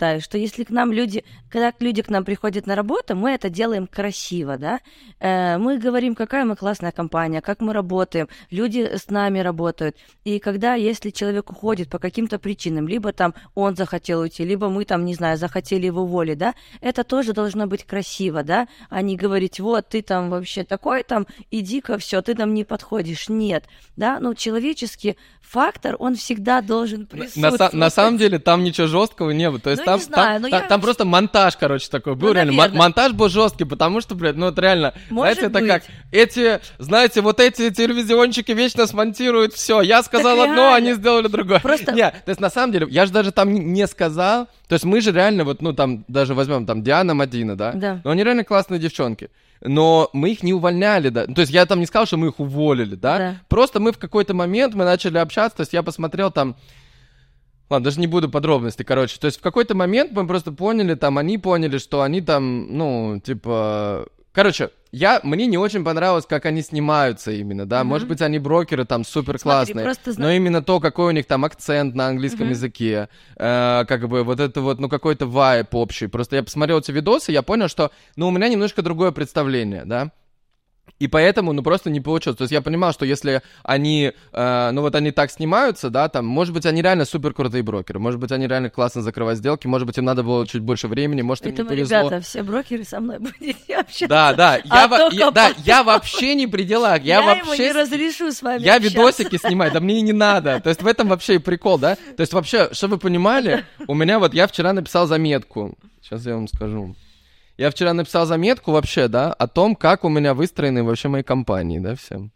считаю, что если к нам люди, когда люди к нам приходят на работу, мы это делаем красиво, да, э, мы говорим, какая мы классная компания, как мы работаем, люди с нами работают, и когда, если человек уходит по каким-то причинам, либо там он захотел уйти, либо мы там, не знаю, захотели его уволить, да, это тоже должно быть красиво, да, а не говорить, вот, ты там вообще такой, там, иди-ка, все, ты нам не подходишь, нет, да, ну, человеческий фактор, он всегда должен присутствовать. На, на самом деле там ничего жесткого не было, то есть ну, там, не знаю, там, я... там, там просто монтаж, короче, такой был, ну, реально, м- монтаж был жесткий, потому что, блядь, ну, это реально, может знаете, быть. это как, эти, знаете, вот эти телевизионщики вечно смонтируют все, я сказал одно, они сделали другое. Просто... Нет, то есть на самом деле, я же даже там не сказал, то есть мы же реально вот, ну, там, даже возьмем там Диана, Мадина, да, да. но они реально классные девчонки. Но мы их не увольняли, да. То есть я там не сказал, что мы их уволили, да. да. Просто мы в какой-то момент, мы начали общаться, то есть я посмотрел там... Ладно, даже не буду подробностей, короче. То есть в какой-то момент мы просто поняли, там, они поняли, что они там, ну, типа... Короче, я, мне не очень понравилось, как они снимаются именно, да, mm-hmm. может быть, они брокеры там супер классные, просто... но именно то, какой у них там акцент на английском mm-hmm. языке, э, как бы вот это вот, ну, какой-то вайб общий. Просто я посмотрел эти видосы, я понял, что, ну, у меня немножко другое представление, да. И поэтому, ну, просто не получилось. То есть я понимал, что если они, э, ну, вот они так снимаются, да, там, может быть, они реально супер крутые брокеры, может быть, они реально классно закрывают сделки, может быть, им надо было чуть больше времени, может, им Поэтому, не повезло. ребята, все брокеры со мной будете общаться. Да, да, я, а во- я, да, я вообще не при делах, я, я вообще... ему не разрешу с вами Я общаться. видосики снимаю, да мне и не надо. То есть в этом вообще и прикол, да? То есть вообще, чтобы вы понимали, у меня вот, я вчера написал заметку, сейчас я вам скажу. Я вчера написал заметку вообще, да, о том, как у меня выстроены вообще мои компании, да, все.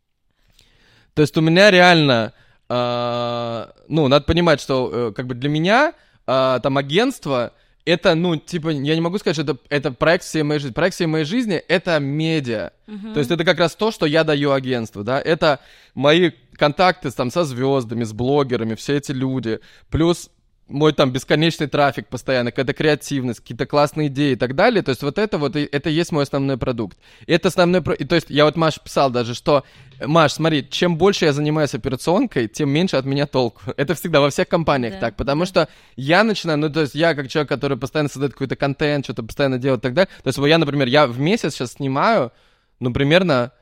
То есть у меня реально, э, ну, надо понимать, что э, как бы для меня э, там агентство, это, ну, типа, я не могу сказать, что это, это проект всей моей жизни. Проект всей моей жизни — это медиа. Uh-huh. То есть это как раз то, что я даю агентству, да. Это мои контакты там со звездами, с блогерами, все эти люди. Плюс мой там бесконечный трафик постоянно, какая-то креативность, какие-то классные идеи и так далее. То есть вот это вот, это и есть мой основной продукт. И это основной... Про... И, то есть я вот Маше писал даже, что, Маш, смотри, чем больше я занимаюсь операционкой, тем меньше от меня толку. Это всегда во всех компаниях да, так, потому да. что я начинаю, ну, то есть я как человек, который постоянно создает какой-то контент, что-то постоянно делает и так далее. То есть вот я, например, я в месяц сейчас снимаю, ну, примерно,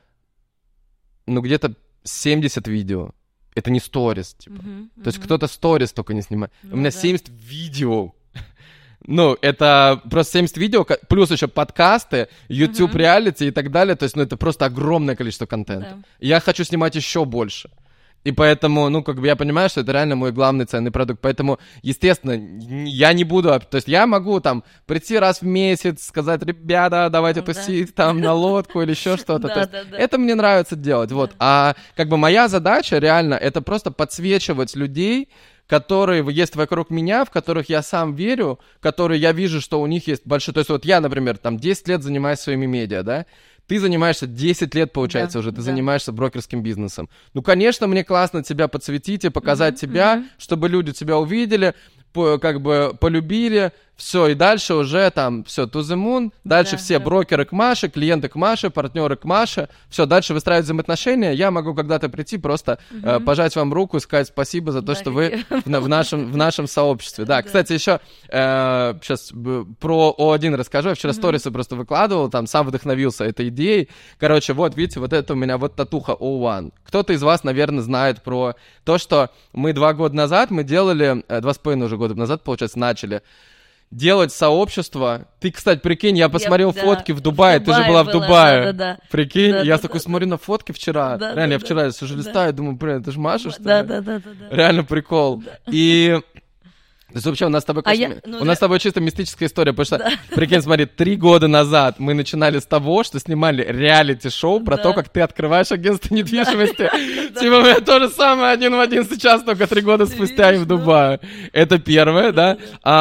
ну, где-то семьдесят видео. Это не сторис, типа. Uh-huh, uh-huh. То есть кто-то сторис только не снимает. Ну, у меня да. семьдесят видео. Ну, это просто семьдесят видео, плюс еще подкасты, YouTube uh-huh. реалити и так далее. То есть, ну, это просто огромное количество контента. Да. Я хочу снимать еще больше. И поэтому, ну, как бы я понимаю, что это реально мой главный ценный продукт. Поэтому, естественно, я не буду... То есть я могу там прийти раз в месяц, сказать, ребята, давайте да. тусить там на лодку или еще что-то. Да, То есть да, да. это мне нравится делать, вот. А как бы моя задача реально это просто подсвечивать людей, которые есть вокруг меня, в которых я сам верю, которые я вижу, что у них есть большой... То есть вот я, например, там десять лет занимаюсь своими медиа, да? Ты занимаешься десять лет, получается, да, уже, ты да. занимаешься брокерским бизнесом. Ну, конечно, мне классно тебя подсветить и показать mm-hmm, тебя, mm-hmm. чтобы люди тебя увидели, по, как бы полюбили, все, и дальше уже там все, to the moon, дальше да, все да. брокеры к Маше, клиенты к Маше, партнеры к Маше, все, дальше выстраивать взаимоотношения, я могу когда-то прийти, просто угу. э, пожать вам руку и сказать спасибо за то, да, что вы в, в, нашем, в нашем сообществе. Да, да. Кстати, еще э, сейчас про О один расскажу, я вчера угу. сторисы просто выкладывал, там сам вдохновился этой идеей. Короче, вот, видите, вот это у меня вот татуха О один. Кто-то из вас, наверное, знает про то, что мы два года назад, мы делали, э, два с половиной уже года назад, получается, начали делать сообщество. Ты, кстати, прикинь, я посмотрел я, фотки да, в Дубае, в Дубае, ты же была, была в Дубае. Да, да, да. Прикинь, да, я да, такой да, смотрю да. на фотки вчера. Да, Реально, да, я вчера да, сижу, листаю, да. думаю, блин, это же Маша, что да, ли? Да, да, да, да. Реально прикол. Да. И... То есть вообще у нас с тобой, конечно, а я, ну, у нас с тобой чисто мистическая история, потому что, да. прикинь, смотри, три года назад мы начинали с того, что снимали реалити-шоу про да. то, как ты открываешь агентство недвижимости. Типа у меня то же самое один в один сейчас, только три года спустя и в Дубае. Это первое, да?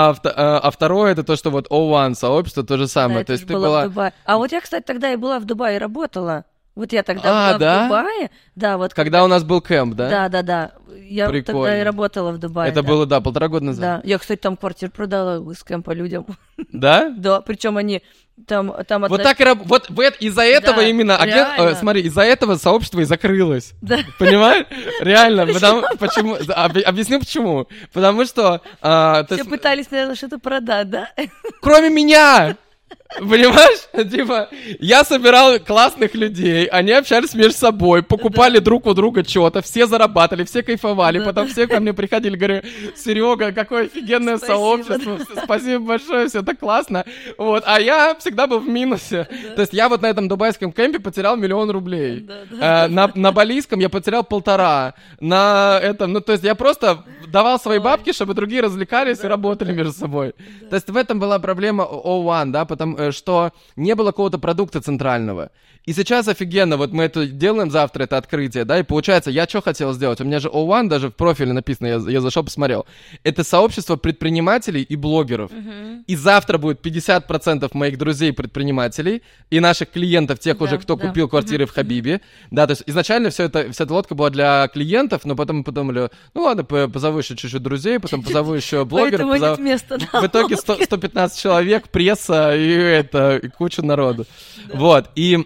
А второе, это то, что вот О один сообщество, то же самое. То есть ты была... А вот я, кстати, тогда и была в Дубае и работала. Вот я тогда а, была да? в Дубае. Да, вот когда, когда у нас был кемп, да? Да, да, да. Я Прикольно. тогда и работала в Дубае. Это да. было, да, полтора года назад. Да. Я, кстати, там квартиру продала с кемпа людям. Да? Да, причем они там... там вот отнош... так и раб... Вот из-за этого да, именно... Агент... Э, смотри, из-за этого сообщество и закрылось. Да. Понимаешь? Реально. Потому... Почему? Объясню почему. Потому что... А, Все ты... пытались, наверное, что-то продать, да? Кроме меня! Понимаешь? Типа, я собирал классных людей, они общались между собой, покупали да. друг у друга что-то, все зарабатывали, все кайфовали, да, потом да. все ко мне приходили, говорю, Серега, какое офигенное спасибо, сообщество, да. спасибо большое, все так классно. Вот, а я всегда был в минусе. Да. То есть я вот на этом дубайском кемпе потерял миллион рублей. Да, да. А, на, на балийском я потерял полтора. На этом, ну то есть я просто давал свои Ой. бабки, чтобы другие развлекались да, и работали да, между собой. Да. То есть в этом была проблема о один, да, потому что не было какого-то продукта центрального. И сейчас офигенно, вот мы это делаем завтра, это открытие, да, и получается, я что хотел сделать? У меня же о один даже в профиле написано, я, я зашел, посмотрел. Это сообщество предпринимателей и блогеров. Uh-huh. И завтра будет пятьдесят процентов моих друзей-предпринимателей и наших клиентов, тех да, уже, кто да. купил квартиры uh-huh. в Хабибе. Да, то есть изначально все это, вся эта лодка была для клиентов, но потом мы подумали, ну ладно, позову еще чуть-чуть друзей, потом позову еще блогеров. Поэтому нет места на В итоге сто, сто пятнадцать человек, пресса и это, и куча народу. Вот, и...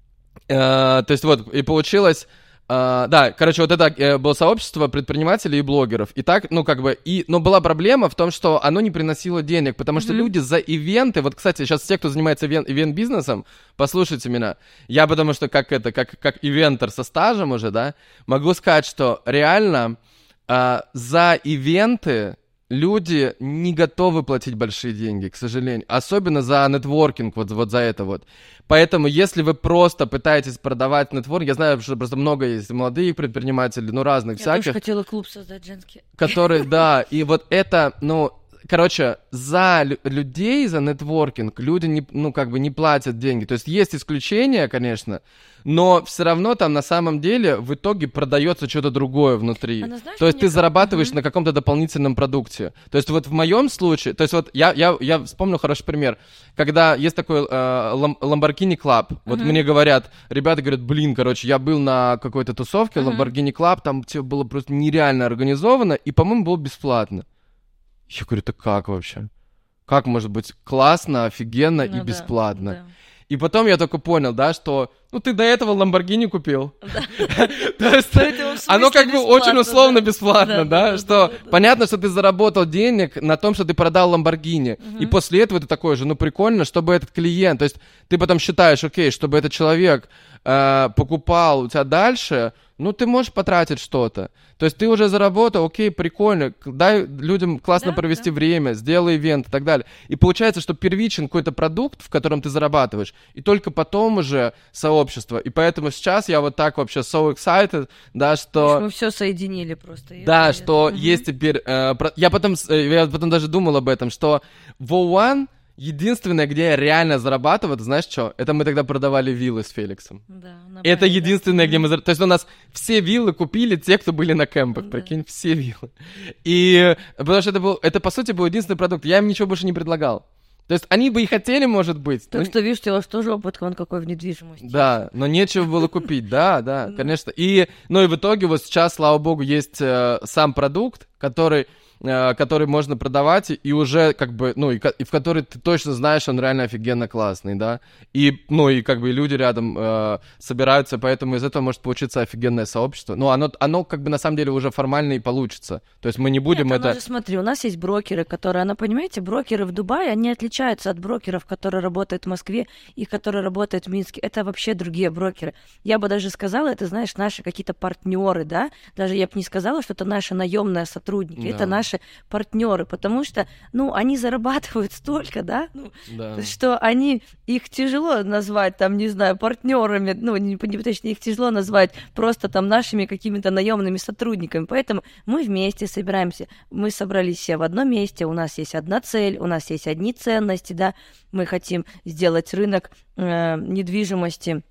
Uh, то есть вот, и получилось, uh, да, короче, вот это uh, было сообщество предпринимателей и блогеров, и так, ну, как бы, и, но была проблема в том, что оно не приносило денег, потому что mm-hmm. люди за ивенты, вот, кстати, сейчас все, кто занимается ивент, ивент-бизнесом, послушайте меня, я потому что как это, как, как ивентер со стажем уже, да, могу сказать, что реально uh, за ивенты люди не готовы платить большие деньги, к сожалению. Особенно за нетворкинг, вот, вот за это вот. Поэтому, если вы просто пытаетесь продавать нетворкинг, я знаю, что просто много есть молодых предпринимателей, ну, разных я всяких. Я тоже хотела клуб создать женский. Которые, да, и вот это, ну... Короче, за лю- людей, за нетворкинг люди, не, ну, как бы не платят деньги. То есть есть исключения, конечно, но все равно там на самом деле в итоге продается что-то другое внутри. Она, знаешь, то есть ты как... зарабатываешь uh-huh. на каком-то дополнительном продукте. То есть вот в моем случае, то есть вот я, я, я вспомнил хороший пример, когда есть такой э, Lamborghini Club, uh-huh. вот мне говорят, ребята говорят, блин, короче, я был на какой-то тусовке, uh-huh. Lamborghini Club, там все было просто нереально организовано, и, по-моему, было бесплатно. Я говорю, это как вообще? Как может быть классно, офигенно ну, и бесплатно? Да. И потом я только понял, да, что, ну, ты до этого Lamborghini купил. То есть оно как бы очень условно бесплатно, да, что понятно, что ты заработал денег на том, что ты продал Lamborghini. И после этого ты такой же, ну, прикольно, чтобы этот клиент, то есть ты потом считаешь, окей, чтобы этот человек покупал у тебя дальше, ну, ты можешь потратить что-то. То есть ты уже заработал, окей, прикольно, дай людям классно да, провести да. время, сделай ивент и так далее. И получается, что первичен какой-то продукт, в котором ты зарабатываешь, и только потом уже сообщество. И поэтому сейчас я вот так вообще so excited, да, что... Мы все соединили просто. Да, что угу. есть теперь... Э, про... Я потом, я потом даже думал об этом, что в о один... Единственное, где я реально зарабатываю, ты знаешь что? Это мы тогда продавали виллы с Феликсом. Да, это единственное, где мы зарабатываем. То есть у нас все виллы купили те, кто были на кемпах, да. прикинь, все виллы. И потому что это был, это по сути был единственный продукт. Я им ничего больше не предлагал. То есть они бы и хотели, может быть. Так но... что, видишь, у вас тоже опыт, вон какой в недвижимости. Да, но нечего было купить, да, да, конечно. И, ну и в итоге вот сейчас, слава богу, есть э, сам продукт, который... который можно продавать, и уже как бы, ну, и, и в который ты точно знаешь, он реально офигенно классный, да, и, ну, и как бы люди рядом э, собираются, поэтому из этого может получиться офигенное сообщество, ну, оно, оно как бы на самом деле уже формально и получится, то есть мы не будем Нет, это... Же, смотри, у нас есть брокеры, которые, она, понимаете, брокеры в Дубае, они отличаются от брокеров, которые работают в Москве и которые работают в Минске, это вообще другие брокеры, я бы даже сказала, это, знаешь, наши какие-то партнеры, да, даже я бы не сказала, что это наши наемные сотрудники, да. это наши партнеры, потому что, ну, они зарабатывают столько, да, ну, да, что они, их тяжело назвать, там, не знаю, партнерами, ну, не, точнее, их тяжело назвать просто там нашими какими-то наемными сотрудниками, поэтому мы вместе собираемся, мы собрались все в одном месте, у нас есть одна цель, у нас есть одни ценности, да, мы хотим сделать рынок э, недвижимости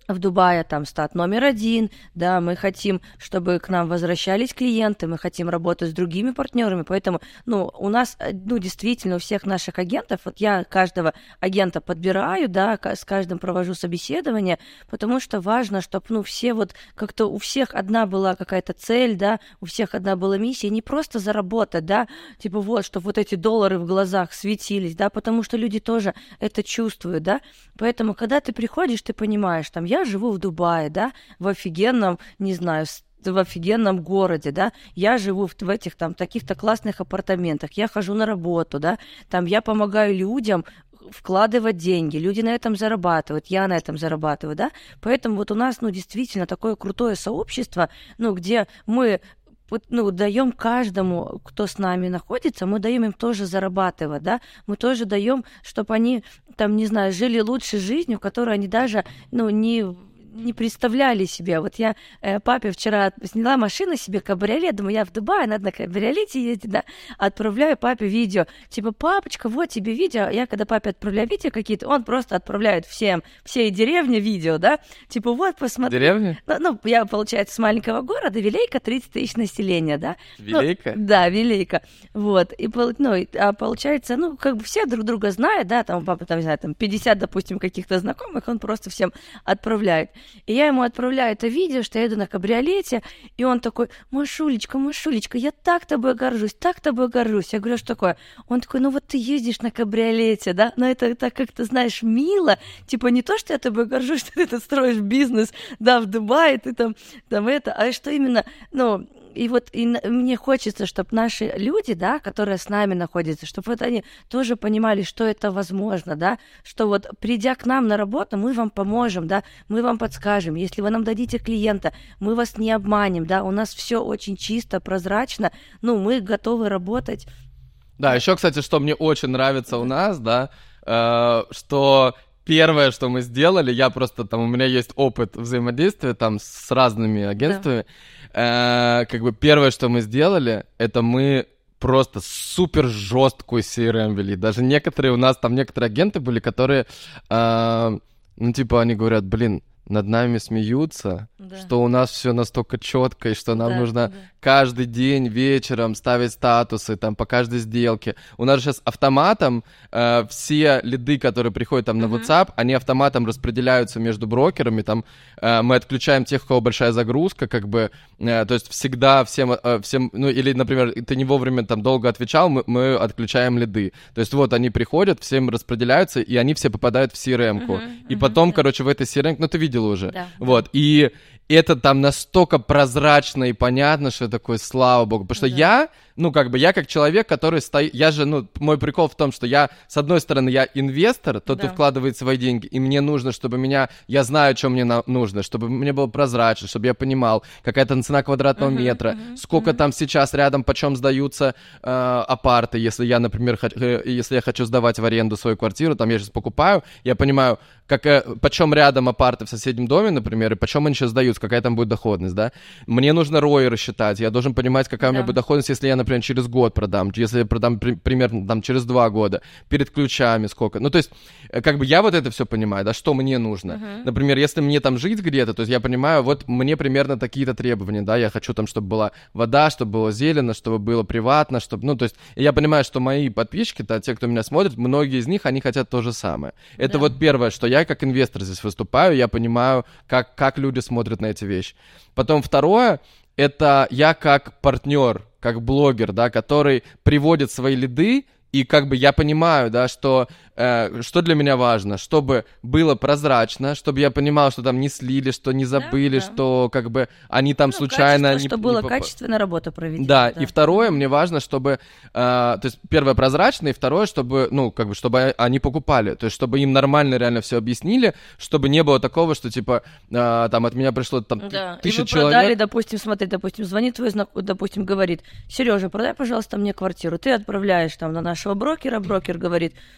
в Дубае там стать номер один, да, мы хотим, чтобы к нам возвращались клиенты, мы хотим работать с другими партнерами, поэтому, ну, у нас, ну, действительно, у всех наших агентов, вот я каждого агента подбираю, да, с каждым провожу собеседование, потому что важно, чтобы, ну, все вот, как-то у всех одна была какая-то цель, да, у всех одна была миссия, не просто заработать, да, типа вот, чтобы вот эти доллары в глазах светились, да, потому что люди тоже это чувствуют, да, поэтому, когда ты приходишь, ты понимаешь, там, я живу в Дубае, да, в офигенном, не знаю, в офигенном городе, да, я живу в, в этих там таких-то классных апартаментах, я хожу на работу, да, там я помогаю людям вкладывать деньги, люди на этом зарабатывают, я на этом зарабатываю, да, поэтому вот у нас, ну, действительно такое крутое сообщество, ну, где мы вот, ну, даем каждому, кто с нами находится, мы даем им тоже зарабатывать, да, мы тоже даем, чтобы они, там, не знаю, жили лучшей жизнью, в которой они даже, ну, не... не представляли себе. Вот я э, папе вчера сняла машину себе, кабриолет, думаю, я в Дубае, надо на кабриолете ездить, да, отправляю папе видео, типа, папочка, вот тебе видео, я когда папе отправляю видео какие-то, он просто отправляет всем, всей деревне видео, да, типа, вот, посмотри. Деревня? Ну, ну, я, получается, с маленького города, Вилейка, тридцать тысяч населения, да. Вилейка? Ну, да, Вилейка, вот, и, ну, а получается, ну, как бы все друг друга знают, да, там, папа, там, не знаю, там, пятьдесят, допустим, каких-то знакомых, он просто всем отправляет. И я ему отправляю это видео, что я еду на кабриолете, и он такой, Машулечка, Машулечка, я так тобой горжусь, так тобой горжусь. Я говорю, что такое? Он такой, ну вот ты ездишь на кабриолете, да, но это так как-то, знаешь, мило, типа не то, что я тобой горжусь, что ты это строишь бизнес, да, в Дубае, ты там, там это, а что именно, ну... И вот и мне хочется, чтобы наши люди, да, которые с нами находятся, чтобы вот они тоже понимали, что это возможно, да, что вот придя к нам на работу, мы вам поможем, да, мы вам подскажем, если вы нам дадите клиента, мы вас не обманем, да, у нас все очень чисто, прозрачно, ну, мы готовы работать. Да, еще, кстати, что мне очень нравится у нас, да, э, что... Первое, что мы сделали, я просто там, у меня есть опыт взаимодействия там с разными агентствами, да. э, как бы первое, что мы сделали, это мы просто супер жесткую си эр эм вели. Даже некоторые у нас, там некоторые агенты были, которые, э, ну типа они говорят, блин, над нами смеются, да. что у нас все настолько четко, и что нам да, нужно да. каждый день вечером ставить статусы там по каждой сделке. У нас сейчас автоматом э, все лиды, которые приходят там на uh-huh. WhatsApp, они автоматом распределяются между брокерами. Там э, мы отключаем тех, у кого большая загрузка, как бы, э, то есть всегда всем, э, всем, ну или, например, ты не вовремя там долго отвечал, мы, мы отключаем лиды. То есть вот они приходят, всем распределяются, и они все попадают в си эр эм-ку. Uh-huh, и uh-huh, потом, да. короче, в этой си эр эм, ну ты видел уже. Да, вот, да. и это там настолько прозрачно и понятно, что такое, слава богу. Потому что да. я, ну, как бы, я как человек, который стоит... Я же, ну, мой прикол в том, что я, с одной стороны, я инвестор, тот, да. кто вкладывает свои деньги, и мне нужно, чтобы меня... Я знаю, что мне на... нужно, чтобы мне было прозрачно, чтобы я понимал, какая там цена квадратного uh-huh, метра, uh-huh, сколько uh-huh. там сейчас рядом, почем сдаются э, апарты, если я, например, х... если я хочу сдавать в аренду свою квартиру, там я сейчас покупаю, я понимаю, как, э, почем рядом апарты в соседнем доме, например, и почем они сейчас сдаются, какая там будет доходность, да? Мне нужно рой рассчитать, я должен понимать, какая да. у меня будет доходность, если я, например, через год продам, если я продам при, примерно там через два года, перед ключами сколько. Ну, то есть, как бы я вот это все понимаю, да, что мне нужно. Uh-huh. Например, если мне там жить где-то, то есть я понимаю, вот мне примерно такие-то требования, да, я хочу там, чтобы была вода, чтобы было зелено, чтобы было приватно, чтобы, ну, то есть, я понимаю, что мои подписчики, да, те, кто меня смотрит, многие из них, они хотят то же самое. Это да. вот первое, что я как инвестор здесь выступаю, я понимаю, как, как люди смотрят на эти вещи. Потом второе, это я как партнер, как блогер, да, который приводит свои лиды, и как бы я понимаю, да, что, э, что для меня важно, чтобы было прозрачно, чтобы я понимал, что там не слили, что не забыли, да, да. что как бы они там ну, случайно... Чтобы не, была не качественная работа проведена. Да, да, и второе, мне важно, чтобы... Э, то есть первое прозрачно, и второе, чтобы, ну, как бы, чтобы они покупали, то есть чтобы им нормально реально все объяснили, чтобы не было такого, что типа э, там от меня пришло там да. тысяча и вы человек... продали, допустим, смотри, допустим, звонит твой знакомый, допустим, говорит, Сережа, продай, пожалуйста, мне квартиру, ты отправляешь там на наш брокера, брокер говорит,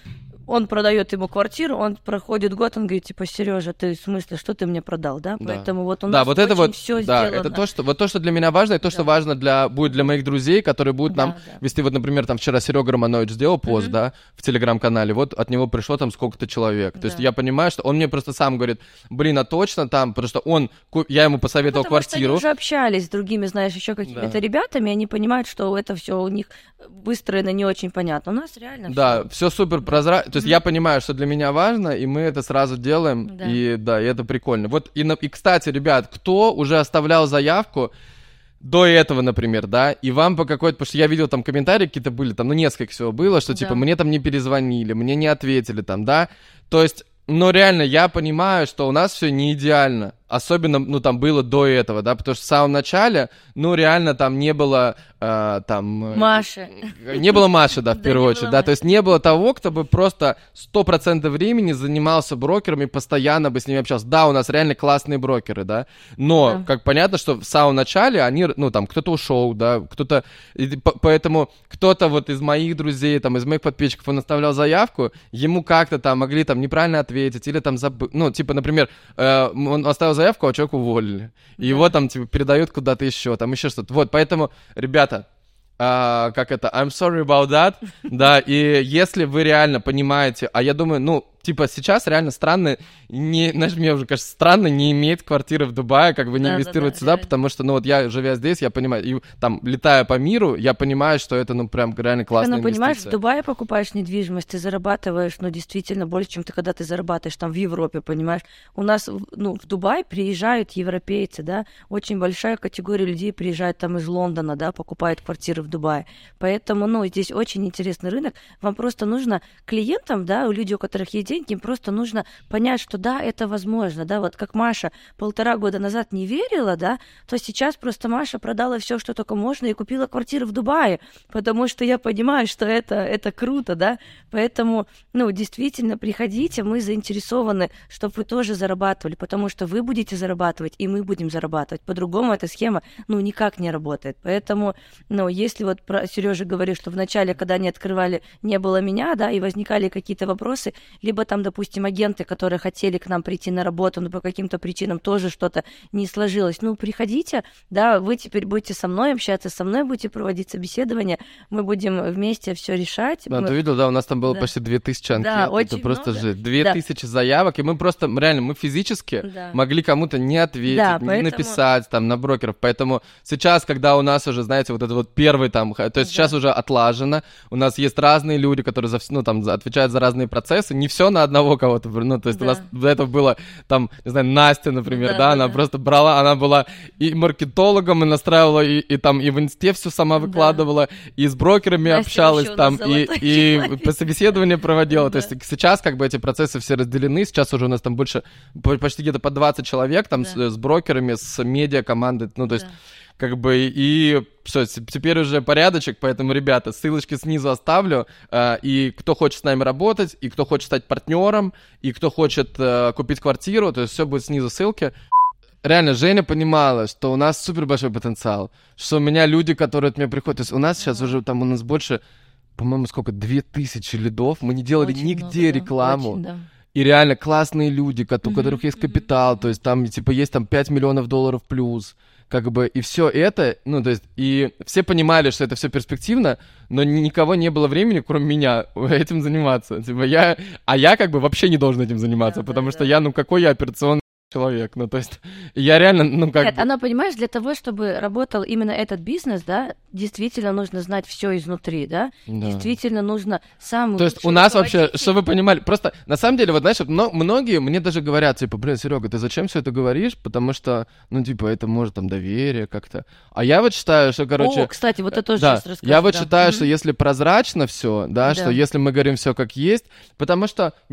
он продает ему квартиру, он проходит год, он говорит, типа, Сережа, ты в смысле, что ты мне продал, да? Да. Поэтому вот у да, нас вот очень это вот, все да, сделано. это то, что, вот то, что для меня важно, и то, да. что важно для, будет для моих друзей, которые будут да, нам да. вести, вот, например, там вчера Серега Романович сделал пост, Mm-hmm. да, в Телеграм-канале, вот от него пришло там сколько-то человек. То да. есть я понимаю, что он мне просто сам говорит, блин, а точно там, потому что он, я ему посоветовал ну, квартиру. Потому что они уже общались с другими, знаешь, еще какими-то да. ребятами, они понимают, что это все у них выстроено не очень понятно. У нас реально Да, все супер прозрачно. То есть mm-hmm. я понимаю, что для меня важно, и мы это сразу делаем, да. и да, и это прикольно. Вот, и, и, кстати, ребят, кто уже оставлял заявку до этого, например, да, и вам по какой-то... Потому что я видел там комментарии какие-то были, там, ну, несколько всего было, что, типа, да. мне там не перезвонили, мне не ответили там, да. То есть, но реально я понимаю, что у нас все не идеально. Особенно, ну, там было до этого, да, потому что в самом начале, ну, реально там не было, э, там... Маши. Не было Маши, да, в первую очередь, да, то есть не было того, кто бы просто сто процентов времени занимался брокерами, постоянно бы с ними общался. Да, у нас реально классные брокеры, да, но, да. как понятно, что в самом начале они, ну, там, кто-то ушел, да, кто-то... Поэтому кто-то вот из моих друзей, там, из моих подписчиков, он оставлял заявку, ему как-то там могли там неправильно ответить, или там забыть, ну, типа, например, э, он оставил заявку, заявку, а человека уволили. И да. его там, типа, передают куда-то еще, там еще что-то. Вот, поэтому, ребята, а, как это, I'm sorry about that, да, и если вы реально понимаете, а я думаю, ну, типа, сейчас реально странно, не, знаешь, мне уже кажется, странно не иметь квартиры в Дубае, как бы не да, инвестировать да, да, сюда, реально. Потому что, ну, вот я, живя здесь, я понимаю, и там, летая по миру, я понимаю, что это, ну, прям реально классная инвестиция. Ну, понимаешь, инвестиция. в Дубае покупаешь недвижимость, ты зарабатываешь, ну, действительно, больше, чем ты, когда ты зарабатываешь там в Европе, понимаешь. У нас, ну, в Дубай приезжают европейцы, да, очень большая категория людей приезжает там из Лондона, да, покупают квартиры в Дубае. Поэтому, ну, здесь очень интересный рынок. Вам просто нужно клиентам, да, у людей, у которых есть деньги, им просто нужно понять, что да, это возможно, да, вот как Маша полтора года назад не верила, да, то сейчас просто Маша продала все, что только можно, и купила квартиру в Дубае, потому что я понимаю, что это, это круто, да, поэтому, ну, действительно, приходите, мы заинтересованы, чтобы вы тоже зарабатывали, потому что вы будете зарабатывать, и мы будем зарабатывать, по-другому эта схема, ну, никак не работает, поэтому, ну, если вот про Сережа говорит, что вначале, когда они открывали, не было меня, да, и возникали какие-то вопросы, либо там, допустим, агенты, которые хотели к нам прийти на работу, но по каким-то причинам тоже что-то не сложилось. Ну, приходите, да, вы теперь будете со мной общаться, со мной будете проводить собеседование, мы будем вместе все решать. Да, мы... ты видел, да, у нас там было да. почти две тысячи анкет, да, это очень просто много. же две тысячи да. заявок, и мы просто, реально, мы физически да. могли кому-то не ответить, да, не поэтому... написать там на брокеров, поэтому сейчас, когда у нас уже, знаете, вот это вот первый там, то есть да. сейчас уже отлажено, у нас есть разные люди, которые, за, ну, там, отвечают за разные процессы, не все на одного кого-то, ну, то есть да. у нас до этого было, там, не знаю, Настя, например, да, да, да она да. просто брала, она была и маркетологом, и настраивала, и, и там, и в инсте все сама выкладывала, да. и с брокерами Настя общалась, там, и, и по собеседованию проводила, да. то есть сейчас, как бы, эти процессы все разделены, сейчас уже у нас там больше, почти где-то по двадцать человек, там, да. с, с брокерами, с медиа-командой, ну, то есть, да. как бы, и все, теперь уже порядочек, поэтому, ребята, ссылочки снизу оставлю, э, и кто хочет с нами работать, и кто хочет стать партнером, и кто хочет э, купить квартиру, то есть все будет снизу ссылки. Реально, Женя понимала, что у нас супер большой потенциал, что у меня люди, которые от меня приходят, то есть у нас сейчас mm-hmm. уже там у нас больше, по-моему, сколько, две тысячи лидов, мы не делали очень нигде много, рекламу. Да, очень, да. И реально классные люди, у mm-hmm. которых есть капитал, mm-hmm. то есть там, типа, есть там пять миллионов долларов плюс, как бы, и все это, ну, то есть, и все понимали, что это все перспективно, но никого не было времени, кроме меня, этим заниматься. Типа, я, а я, как бы, вообще не должен этим заниматься, да, потому да, что да. я, ну, какой я операционный человек, ну, то есть, я реально, ну, как Нет, бы... оно, понимаешь, для того, чтобы работал именно этот бизнес, да, действительно нужно знать все изнутри, да, да. действительно нужно сам... То есть у нас вообще, чтобы вы понимали, просто, на самом деле, вот, знаешь, вот, многие мне даже говорят, типа, блин, Серега, ты зачем все это говоришь, потому что, ну, типа, это может, там, доверие как-то, а я вот считаю, что, короче... О, кстати, вот это тоже да, сейчас расскажу. Я вот да. считаю, mm-hmm. что если прозрачно все, да, да, что если мы говорим все как есть, потому что никто...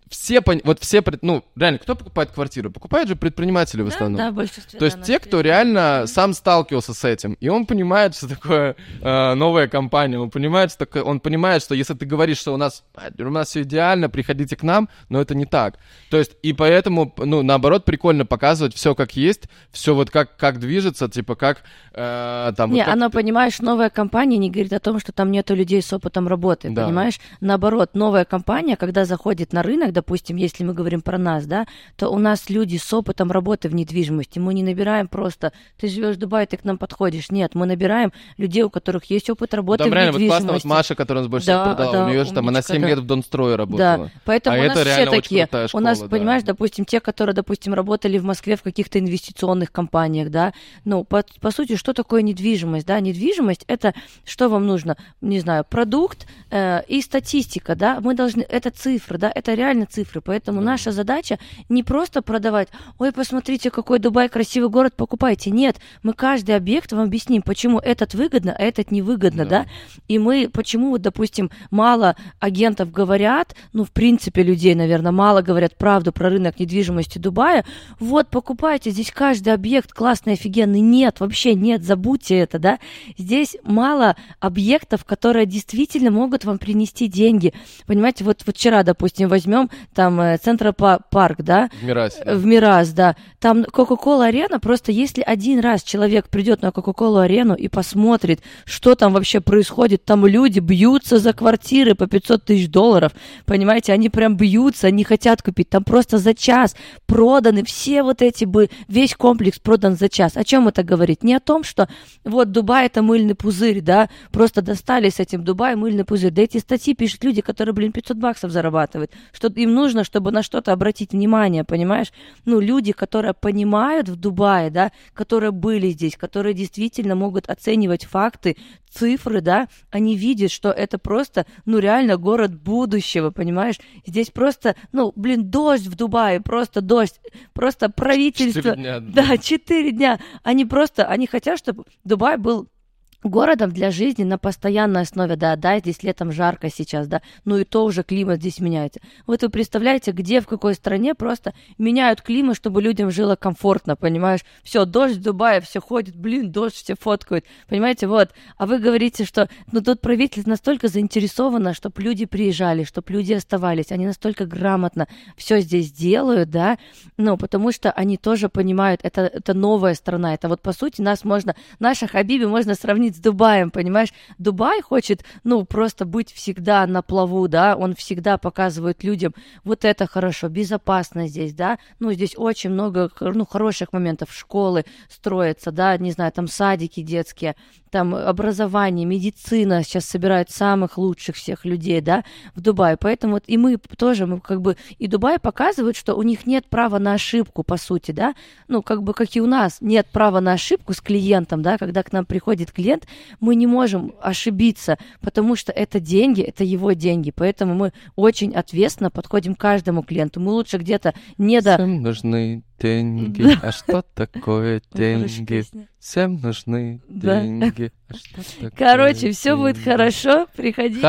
все, пон... вот все, ну, реально, кто покупает квартиру? Покупают же предприниматели в основном. Да, да, большинство. То есть те, кто реально сам сталкивался с этим, и он понимает, что такое э, новая компания, он понимает, что, он понимает, что если ты говоришь, что у нас, у нас все идеально, приходите к нам, но это не так. То есть, и поэтому, ну, наоборот, прикольно показывать все как есть, все вот как, как движется, типа, как э, там... Не, вот как оно, ты... понимаешь, новая компания не говорит о том, что там нету людей с опытом работы, да. понимаешь? Наоборот, новая компания, когда заходит на рынок, допустим, если мы говорим про нас, да, то у нас люди с опытом работы в недвижимости. Мы не набираем просто, ты живешь в Дубае, ты к нам подходишь. Нет, мы набираем людей, у которых есть опыт работы там в реально, недвижимости. Вот классно, вот Маша, которая у нас больше да, всех продала, да, у нее же там, она семь да. лет в Донстрое работала. Да, поэтому а у нас это все такие. Школа, у нас, да. понимаешь, допустим, те, которые, допустим, работали в Москве в каких-то инвестиционных компаниях, да, ну, по, по сути, что такое недвижимость, да, недвижимость, это что вам нужно, не знаю, продукт э, и статистика, да, мы должны, это цифры, да, это реально цифры, поэтому да. наша задача не просто продавать, ой, посмотрите, какой Дубай, красивый город, покупайте, нет, мы каждый объект вам объясним, почему этот выгодно, а этот невыгодно, да, да? И мы, почему, вот, допустим, мало агентов говорят, ну, в принципе, людей, наверное, мало говорят правду про рынок недвижимости Дубая, вот, покупайте, здесь каждый объект классный, офигенный, нет, вообще нет, забудьте это, да, здесь мало объектов, которые действительно могут вам принести деньги, понимаете, вот, вот вчера, допустим, возьмем там Центропарк, да, в Мирасе, да. в Мирас, да, там Кока-Кола арена, просто если один раз человек придет на Кока-Колу арену и посмотрит, что там вообще происходит, там люди бьются за квартиры по пятьсот тысяч долларов, понимаете, они прям бьются, они хотят купить, там просто за час проданы все вот эти бы, весь комплекс продан за час. О чем это говорит? Не о том, что вот Дубай это мыльный пузырь, да, просто достали с этим Дубай мыльный пузырь. Да эти статьи пишут люди, которые, блин, пятьсот баксов зарабатывают, что им нужно, чтобы на что-то обратить внимание, понимаешь? Ну, люди, которые понимают в Дубае, да, которые были здесь, которые действительно могут оценивать факты, цифры, да, они видят, что это просто, ну, реально город будущего, понимаешь? Здесь просто, ну, блин, дождь в Дубае, просто дождь, просто правительство... Четыре дня. Да, да, четыре дня. Они просто, они хотят, чтобы Дубай был городом для жизни на постоянной основе, да, да, здесь летом жарко сейчас, да, ну и то уже климат здесь меняется. Вот вы представляете, где, в какой стране просто меняют климат, чтобы людям жило комфортно, понимаешь? Все, дождь в Дубае, все ходит, блин, дождь, все фоткают, понимаете, вот. А вы говорите, что, ну, тут правительство настолько заинтересовано, чтобы люди приезжали, чтобы люди оставались, они настолько грамотно все здесь делают, да, ну, потому что они тоже понимают, это, это новая страна, это вот, по сути, нас можно, наша Хабиби можно сравнить с Дубаем, понимаешь? Дубай хочет, ну, просто быть всегда на плаву, да, он всегда показывает людям, вот это хорошо, безопасно здесь, да, ну, здесь очень много, ну, хороших моментов, школы строятся, да, не знаю, там садики детские, там образование, медицина сейчас собирают самых лучших всех людей, да, в Дубае, поэтому вот и мы тоже, мы как бы, и Дубай показывает, что у них нет права на ошибку, по сути, да, ну, как бы, как и у нас, нет права на ошибку с клиентом, да, когда к нам приходит клиент, мы не можем ошибиться, потому что это деньги, это его деньги, поэтому мы очень ответственно подходим к каждому клиенту, мы лучше где-то не до... Всем нужны деньги, да. А что такое деньги? Всем нужны да. деньги. А что такое Короче, все деньги? будет хорошо, приходите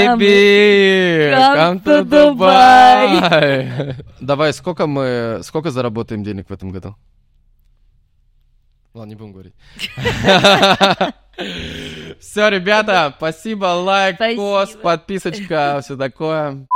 Хабиби! Come to Dubai! Давай, сколько мы, сколько заработаем денег в этом году? Ладно, не будем говорить. Все, ребята, спасибо, лайк, Спасибо. пост, подписочка, все такое.